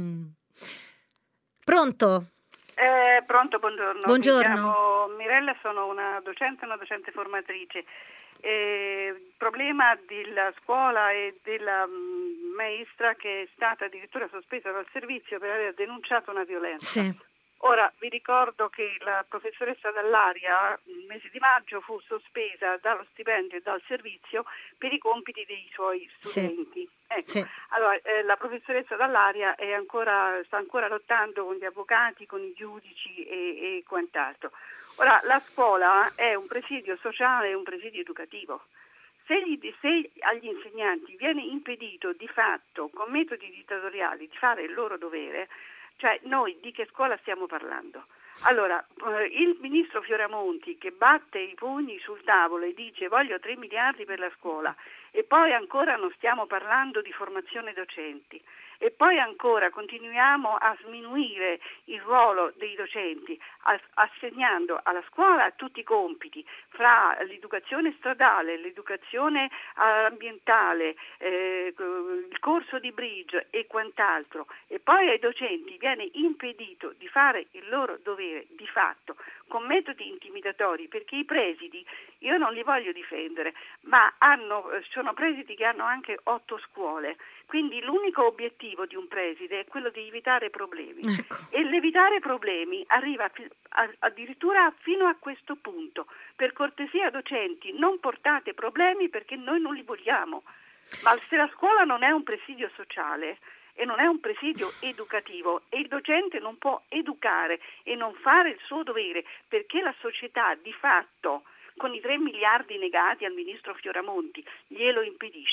Pronto? Pronto, buongiorno. Buongiorno. Mi chiamo Mirella, sono una docente formatrice. Il problema della scuola e della maestra che è stata addirittura sospesa dal servizio per aver denunciato una violenza. Sì. Ora, vi ricordo che la professoressa Dallaria, nel mese di maggio, fu sospesa dallo stipendio e dal servizio per i compiti dei suoi studenti. Sì. Ecco. Sì. Allora, la professoressa Dallaria sta ancora lottando con gli avvocati, con i giudici e quant'altro. Ora, la scuola è un presidio sociale e un presidio educativo. Se agli insegnanti viene impedito di fatto, con metodi dittatoriali, di fare il loro dovere, cioè noi di che scuola stiamo parlando? Allora, il ministro Fioramonti che batte i pugni sul tavolo e dice voglio 3 miliardi per la scuola e poi ancora non stiamo parlando di formazione docenti e poi ancora continuiamo a sminuire il ruolo dei docenti assegnando alla scuola tutti i compiti fra l'educazione stradale, l'educazione ambientale, il corso di bridge e quant'altro, e poi ai docenti viene impedito di fare il loro dovere di fatto con metodi intimidatori, perché i presidi, io non li voglio difendere, ma sono presidi che hanno anche 8 scuole, quindi l'unico obiettivo di un preside è quello di evitare problemi. Ecco. E l'evitare problemi arriva addirittura fino a questo punto. Per cortesia docenti, non portate problemi perché noi non li vogliamo. Ma se la scuola non è un presidio sociale e non è un presidio educativo e il docente non può educare e non fare il suo dovere perché la società di fatto con i 3 miliardi negati al ministro Fioramonti glielo impedisce,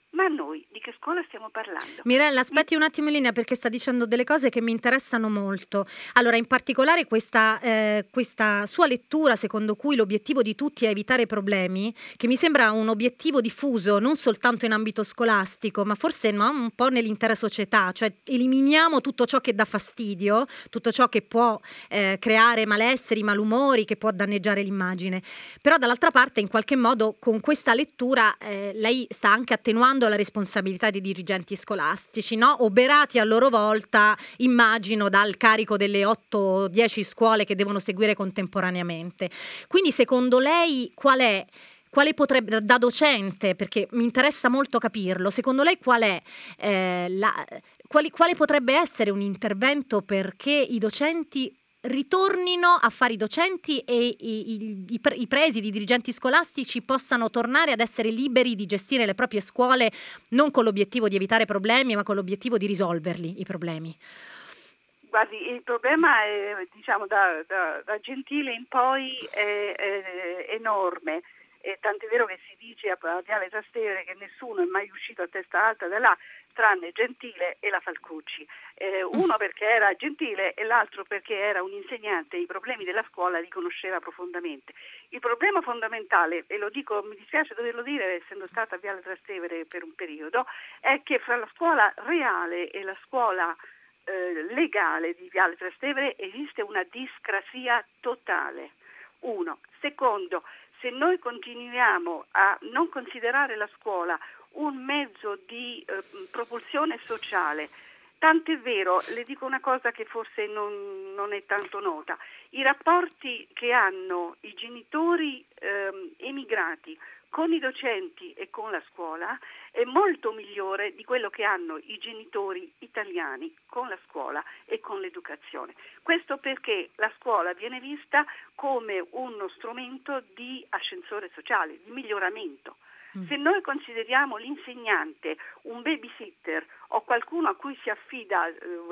Ma noi di che scuola stiamo parlando? Mirella, aspetti un attimo in linea perché sta dicendo delle cose che mi interessano molto. Allora, in particolare questa sua lettura secondo cui l'obiettivo di tutti è evitare problemi, che mi sembra un obiettivo diffuso non soltanto in ambito scolastico, ma forse un po' nell'intera società, cioè eliminiamo tutto ciò che dà fastidio, tutto ciò che può creare malesseri, malumori, che può danneggiare l'immagine. Però dall'altra parte, in qualche modo, con questa lettura lei sta anche attenuando la responsabilità dei dirigenti scolastici, no? Oberati a loro volta, immagino, dal carico delle 8-10 scuole che devono seguire contemporaneamente. Quindi secondo lei quale potrebbe, da docente, perché mi interessa molto capirlo, secondo lei quale potrebbe essere un intervento perché i docenti ritornino a fare i docenti e i presidi, i dirigenti scolastici possano tornare ad essere liberi di gestire le proprie scuole non con l'obiettivo di evitare problemi, ma con l'obiettivo di risolverli i problemi? Guardi, il problema è, diciamo, da Gentile in poi è enorme. Tant'è vero che si dice a Viale Trastevere che nessuno è mai uscito a testa alta da là, tranne Gentile e la Falcucci. Uno perché era Gentile e l'altro perché era un insegnante e i problemi della scuola li conosceva profondamente. Il problema fondamentale, e lo dico, mi dispiace doverlo dire essendo stata a Viale Trastevere per un periodo, è che fra la scuola reale e la scuola legale di Viale Trastevere esiste una discrasia totale. Uno. Secondo, se noi continuiamo a non considerare la scuola un mezzo di propulsione sociale, tant'è vero, le dico una cosa che forse non è tanto nota, i rapporti che hanno i genitori emigrati con i docenti e con la scuola è molto migliore di quello che hanno i genitori italiani con la scuola e con l'educazione. Questo perché la scuola viene vista come uno strumento di ascensore sociale, di miglioramento. Se noi consideriamo l'insegnante un babysitter o qualcuno a cui si affida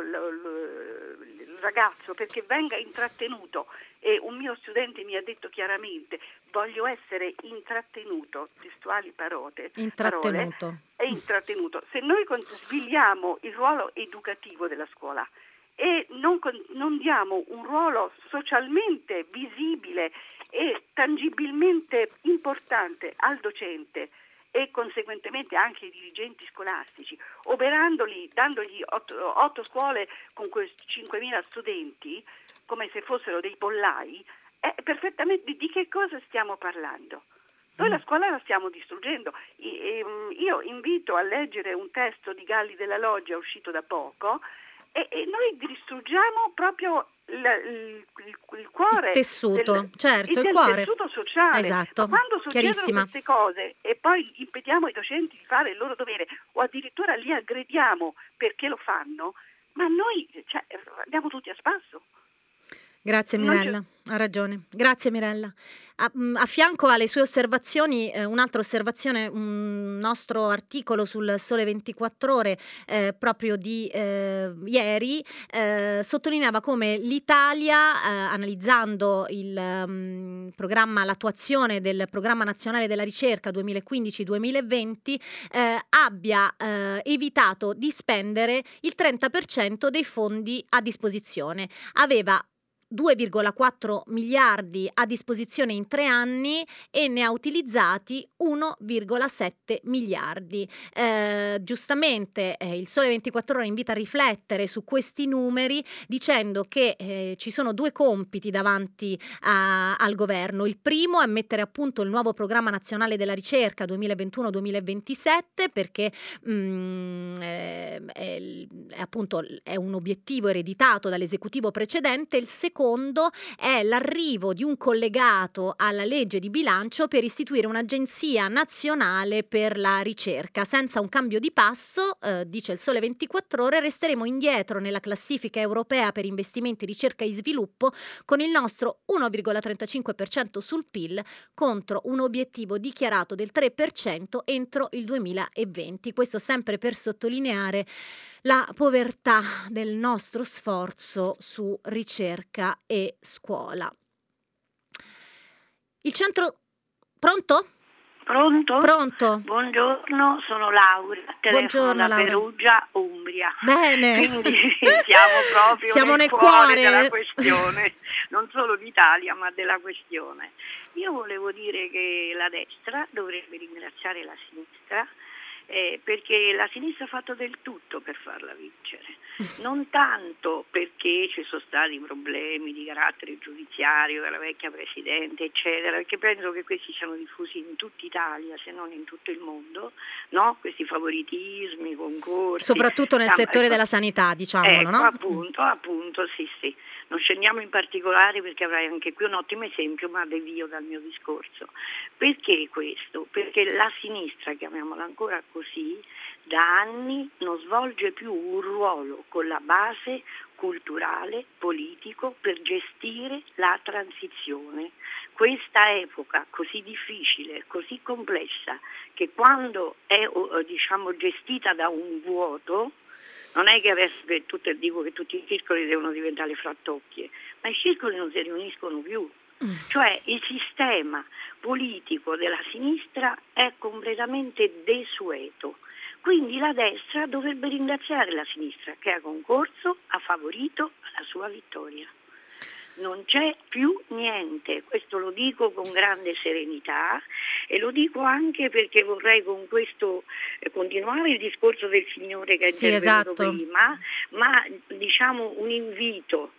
il ragazzo perché venga intrattenuto, e un mio studente mi ha detto chiaramente voglio essere intrattenuto, testuali parole, è intrattenuto. Se noi svegliamo il ruolo educativo della scuola e non diamo un ruolo socialmente visibile e tangibilmente importante al docente e conseguentemente anche ai dirigenti scolastici, oberandoli, dandogli 8 scuole con 5.000 studenti come se fossero dei pollai, perfettamente di che cosa stiamo parlando? Noi la scuola la stiamo distruggendo. Io invito a leggere un testo di Galli della Loggia uscito da poco e noi distruggiamo proprio il cuore, il tessuto, il cuore. Tessuto sociale. Esatto. Ma quando succedono queste cose e poi impediamo ai docenti di fare il loro dovere o addirittura li aggrediamo perché lo fanno, ma noi andiamo tutti a spasso. Grazie Mirella, ha ragione. Grazie Mirella. A fianco alle sue osservazioni, un'altra osservazione, un nostro articolo sul Sole 24 Ore proprio di ieri sottolineava come l'Italia, analizzando il programma, l'attuazione del Programma Nazionale della Ricerca 2015-2020, abbia evitato di spendere il 30% dei fondi a disposizione. Aveva 2,4 miliardi a disposizione in 3 anni e ne ha utilizzati 1,7 miliardi. Giustamente il Sole 24 Ore invita a riflettere su questi numeri dicendo che ci sono 2 compiti davanti al governo. Il primo è mettere a punto il nuovo Programma Nazionale della Ricerca 2021-2027 perché appunto è un obiettivo ereditato dall'esecutivo precedente. Il secondo è l'arrivo di un collegato alla legge di bilancio per istituire un'agenzia nazionale per la ricerca. Senza un cambio di passo, dice il Sole 24 Ore, resteremo indietro nella classifica europea per investimenti, ricerca e sviluppo con il nostro 1,35% sul PIL contro un obiettivo dichiarato del 3% entro il 2020. Questo sempre per sottolineare la povertà del nostro sforzo su ricerca e scuola. Il centro... Pronto? Pronto? Pronto. Buongiorno, sono Laura, telefono da Laura. Perugia, Umbria. Bene. Quindi siamo nel cuore della questione, non solo d'Italia ma della questione. Io volevo dire che la destra dovrebbe ringraziare la sinistra perché la sinistra ha fatto del tutto per farla vincere, non tanto perché ci sono stati problemi di carattere giudiziario della vecchia Presidente, eccetera, perché penso che questi siano diffusi in tutta Italia, se non in tutto il mondo, no? Questi favoritismi, concorsi. Soprattutto nel settore della sanità, diciamolo, no? Appunto, sì. Non scendiamo in particolare perché avrai anche qui un ottimo esempio, ma devio dal mio discorso. Perché questo? Perché la sinistra, chiamiamola ancora così, da anni non svolge più un ruolo con la base culturale, politico per gestire la transizione. Questa epoca così difficile, così complessa, che quando è gestita da un vuoto, non è che adesso dico che tutti i circoli devono diventare frattocchie, ma i circoli non si riuniscono più. Cioè il sistema politico della sinistra è completamente desueto. Quindi la destra dovrebbe ringraziare la sinistra che ha concorso, ha favorito la sua vittoria. Non c'è più niente, questo lo dico con grande serenità e lo dico anche perché vorrei con questo continuare il discorso del signore che è intervenuto prima, ma diciamo un invito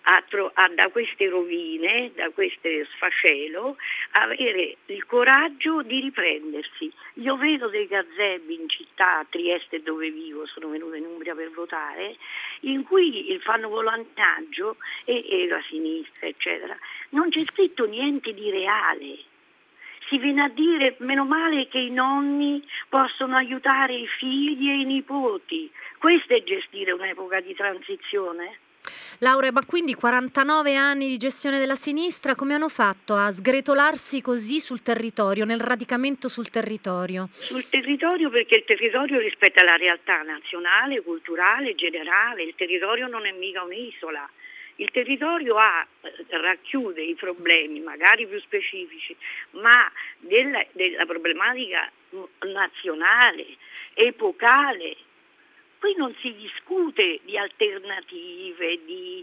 da queste rovine, da queste sfacelo, avere il coraggio di riprendersi. Io vedo dei gazebi in città, a Trieste dove vivo, sono venuta in Umbria per votare, in cui fanno volantinaggio e la sinistra, eccetera. Non c'è scritto niente di reale. Si viene a dire, meno male che i nonni possono aiutare i figli e i nipoti. Questo è gestire un'epoca di transizione? Laura, ma quindi 49 anni di gestione della sinistra, come hanno fatto a sgretolarsi così sul territorio, nel radicamento sul territorio? Sul territorio perché il territorio rispetta la realtà nazionale, culturale, generale, il territorio non è mica un'isola. Il territorio racchiude i problemi, magari più specifici, ma della problematica nazionale, epocale. Qui non si discute di alternative,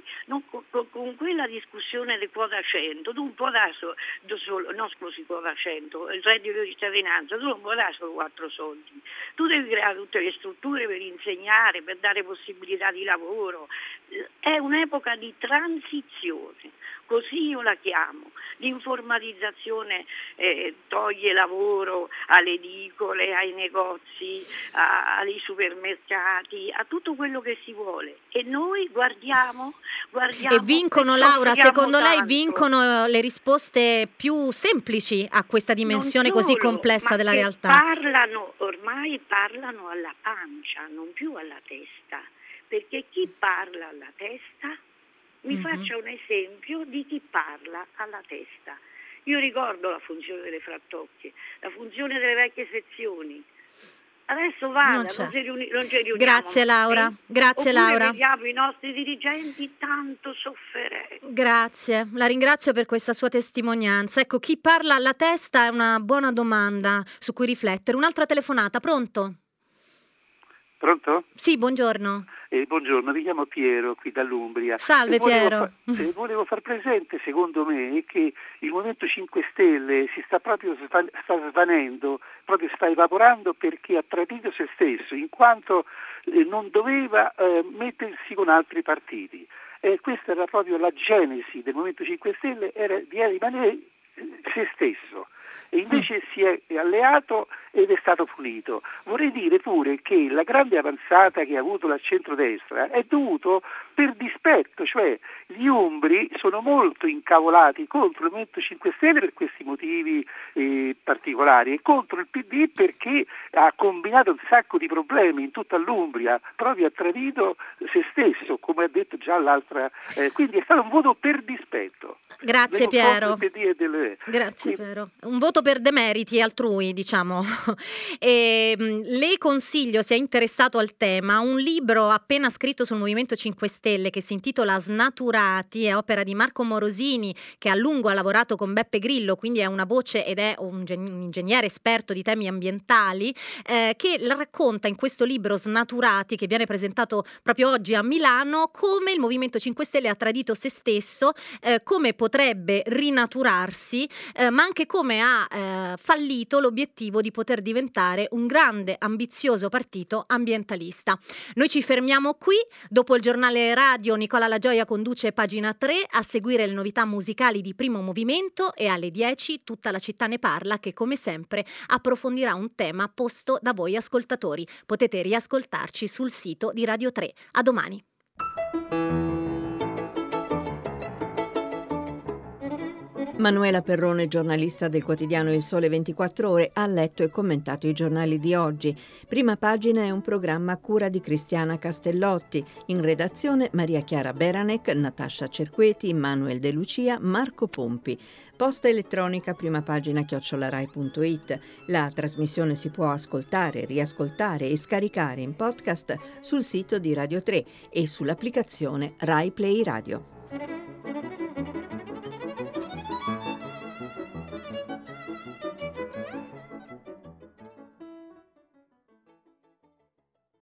con quella discussione di quota 100, tu non puoi dare quota 100, il reddito di cittadinanza, tu non puoi dare solo 4 soldi, tu devi creare tutte le strutture per insegnare, per dare possibilità di lavoro. È un'epoca di transizione, così io la chiamo. L'informatizzazione toglie lavoro alle edicole, ai negozi, ai supermercati, a tutto quello che si vuole. E noi guardiamo e vincono, Laura, secondo lei vincono le risposte più semplici a questa dimensione così complessa della realtà? Ormai parlano alla pancia, non più alla testa, perché chi parla alla testa, mi faccia un esempio di chi parla alla testa. Io ricordo la funzione delle frattocchie, la funzione delle vecchie sezioni. Adesso non ci riuniamo. Grazie Laura, grazie Laura. Vediamo i nostri dirigenti tanto sofferenti. Grazie, la ringrazio per questa sua testimonianza. Ecco, chi parla alla testa è una buona domanda su cui riflettere. Un'altra telefonata, pronto? Pronto? Sì, buongiorno. Buongiorno, mi chiamo Piero, qui dall'Umbria. Salve Piero. Volevo far presente, secondo me, che il Movimento 5 Stelle si sta proprio sta svanendo, proprio sta evaporando perché ha tradito se stesso, in quanto non doveva mettersi con altri partiti. Questa era proprio la genesi del Movimento 5 Stelle, era di rimanere se stesso. E invece si è alleato ed è stato punito. Vorrei dire pure che la grande avanzata che ha avuto la centrodestra è dovuto per dispetto, cioè gli umbri sono molto incavolati contro il Movimento 5 Stelle per questi motivi particolari e contro il PD perché ha combinato un sacco di problemi in tutta l'Umbria, proprio ha tradito se stesso, come ha detto già l'altra, quindi è stato un voto per dispetto. Grazie Piero. Grazie Piero. un voto per demeriti altrui, diciamo. Le consiglio, se è interessato al tema, un libro appena scritto sul Movimento 5 Stelle che si intitola Snaturati, è opera di Marco Morosini, che a lungo ha lavorato con Beppe Grillo, quindi è una voce ed è un ingegnere esperto di temi ambientali, che la racconta in questo libro Snaturati, che viene presentato proprio oggi a Milano, come il Movimento 5 Stelle ha tradito se stesso, come potrebbe rinaturarsi, ma anche come ha fallito l'obiettivo di poter diventare un grande, ambizioso partito ambientalista. Noi ci fermiamo qui. Dopo il giornale radio, Nicola La Gioia conduce Pagina 3, a seguire le novità musicali di Primo Movimento, e alle 10 Tutta la città ne parla, che come sempre approfondirà un tema posto da voi ascoltatori. Potete riascoltarci sul sito di Radio 3. A domani. Manuela Perrone, giornalista del quotidiano Il Sole 24 Ore, ha letto e commentato i giornali di oggi. Prima Pagina è un programma a cura di Cristiana Castellotti. In redazione Maria Chiara Beranec, Natascia Cerqueti, Manuel De Lucia, Marco Pompi. Posta elettronica primapagina@rai.it. La trasmissione si può ascoltare, riascoltare e scaricare in podcast sul sito di Radio 3 e sull'applicazione Rai Play Radio.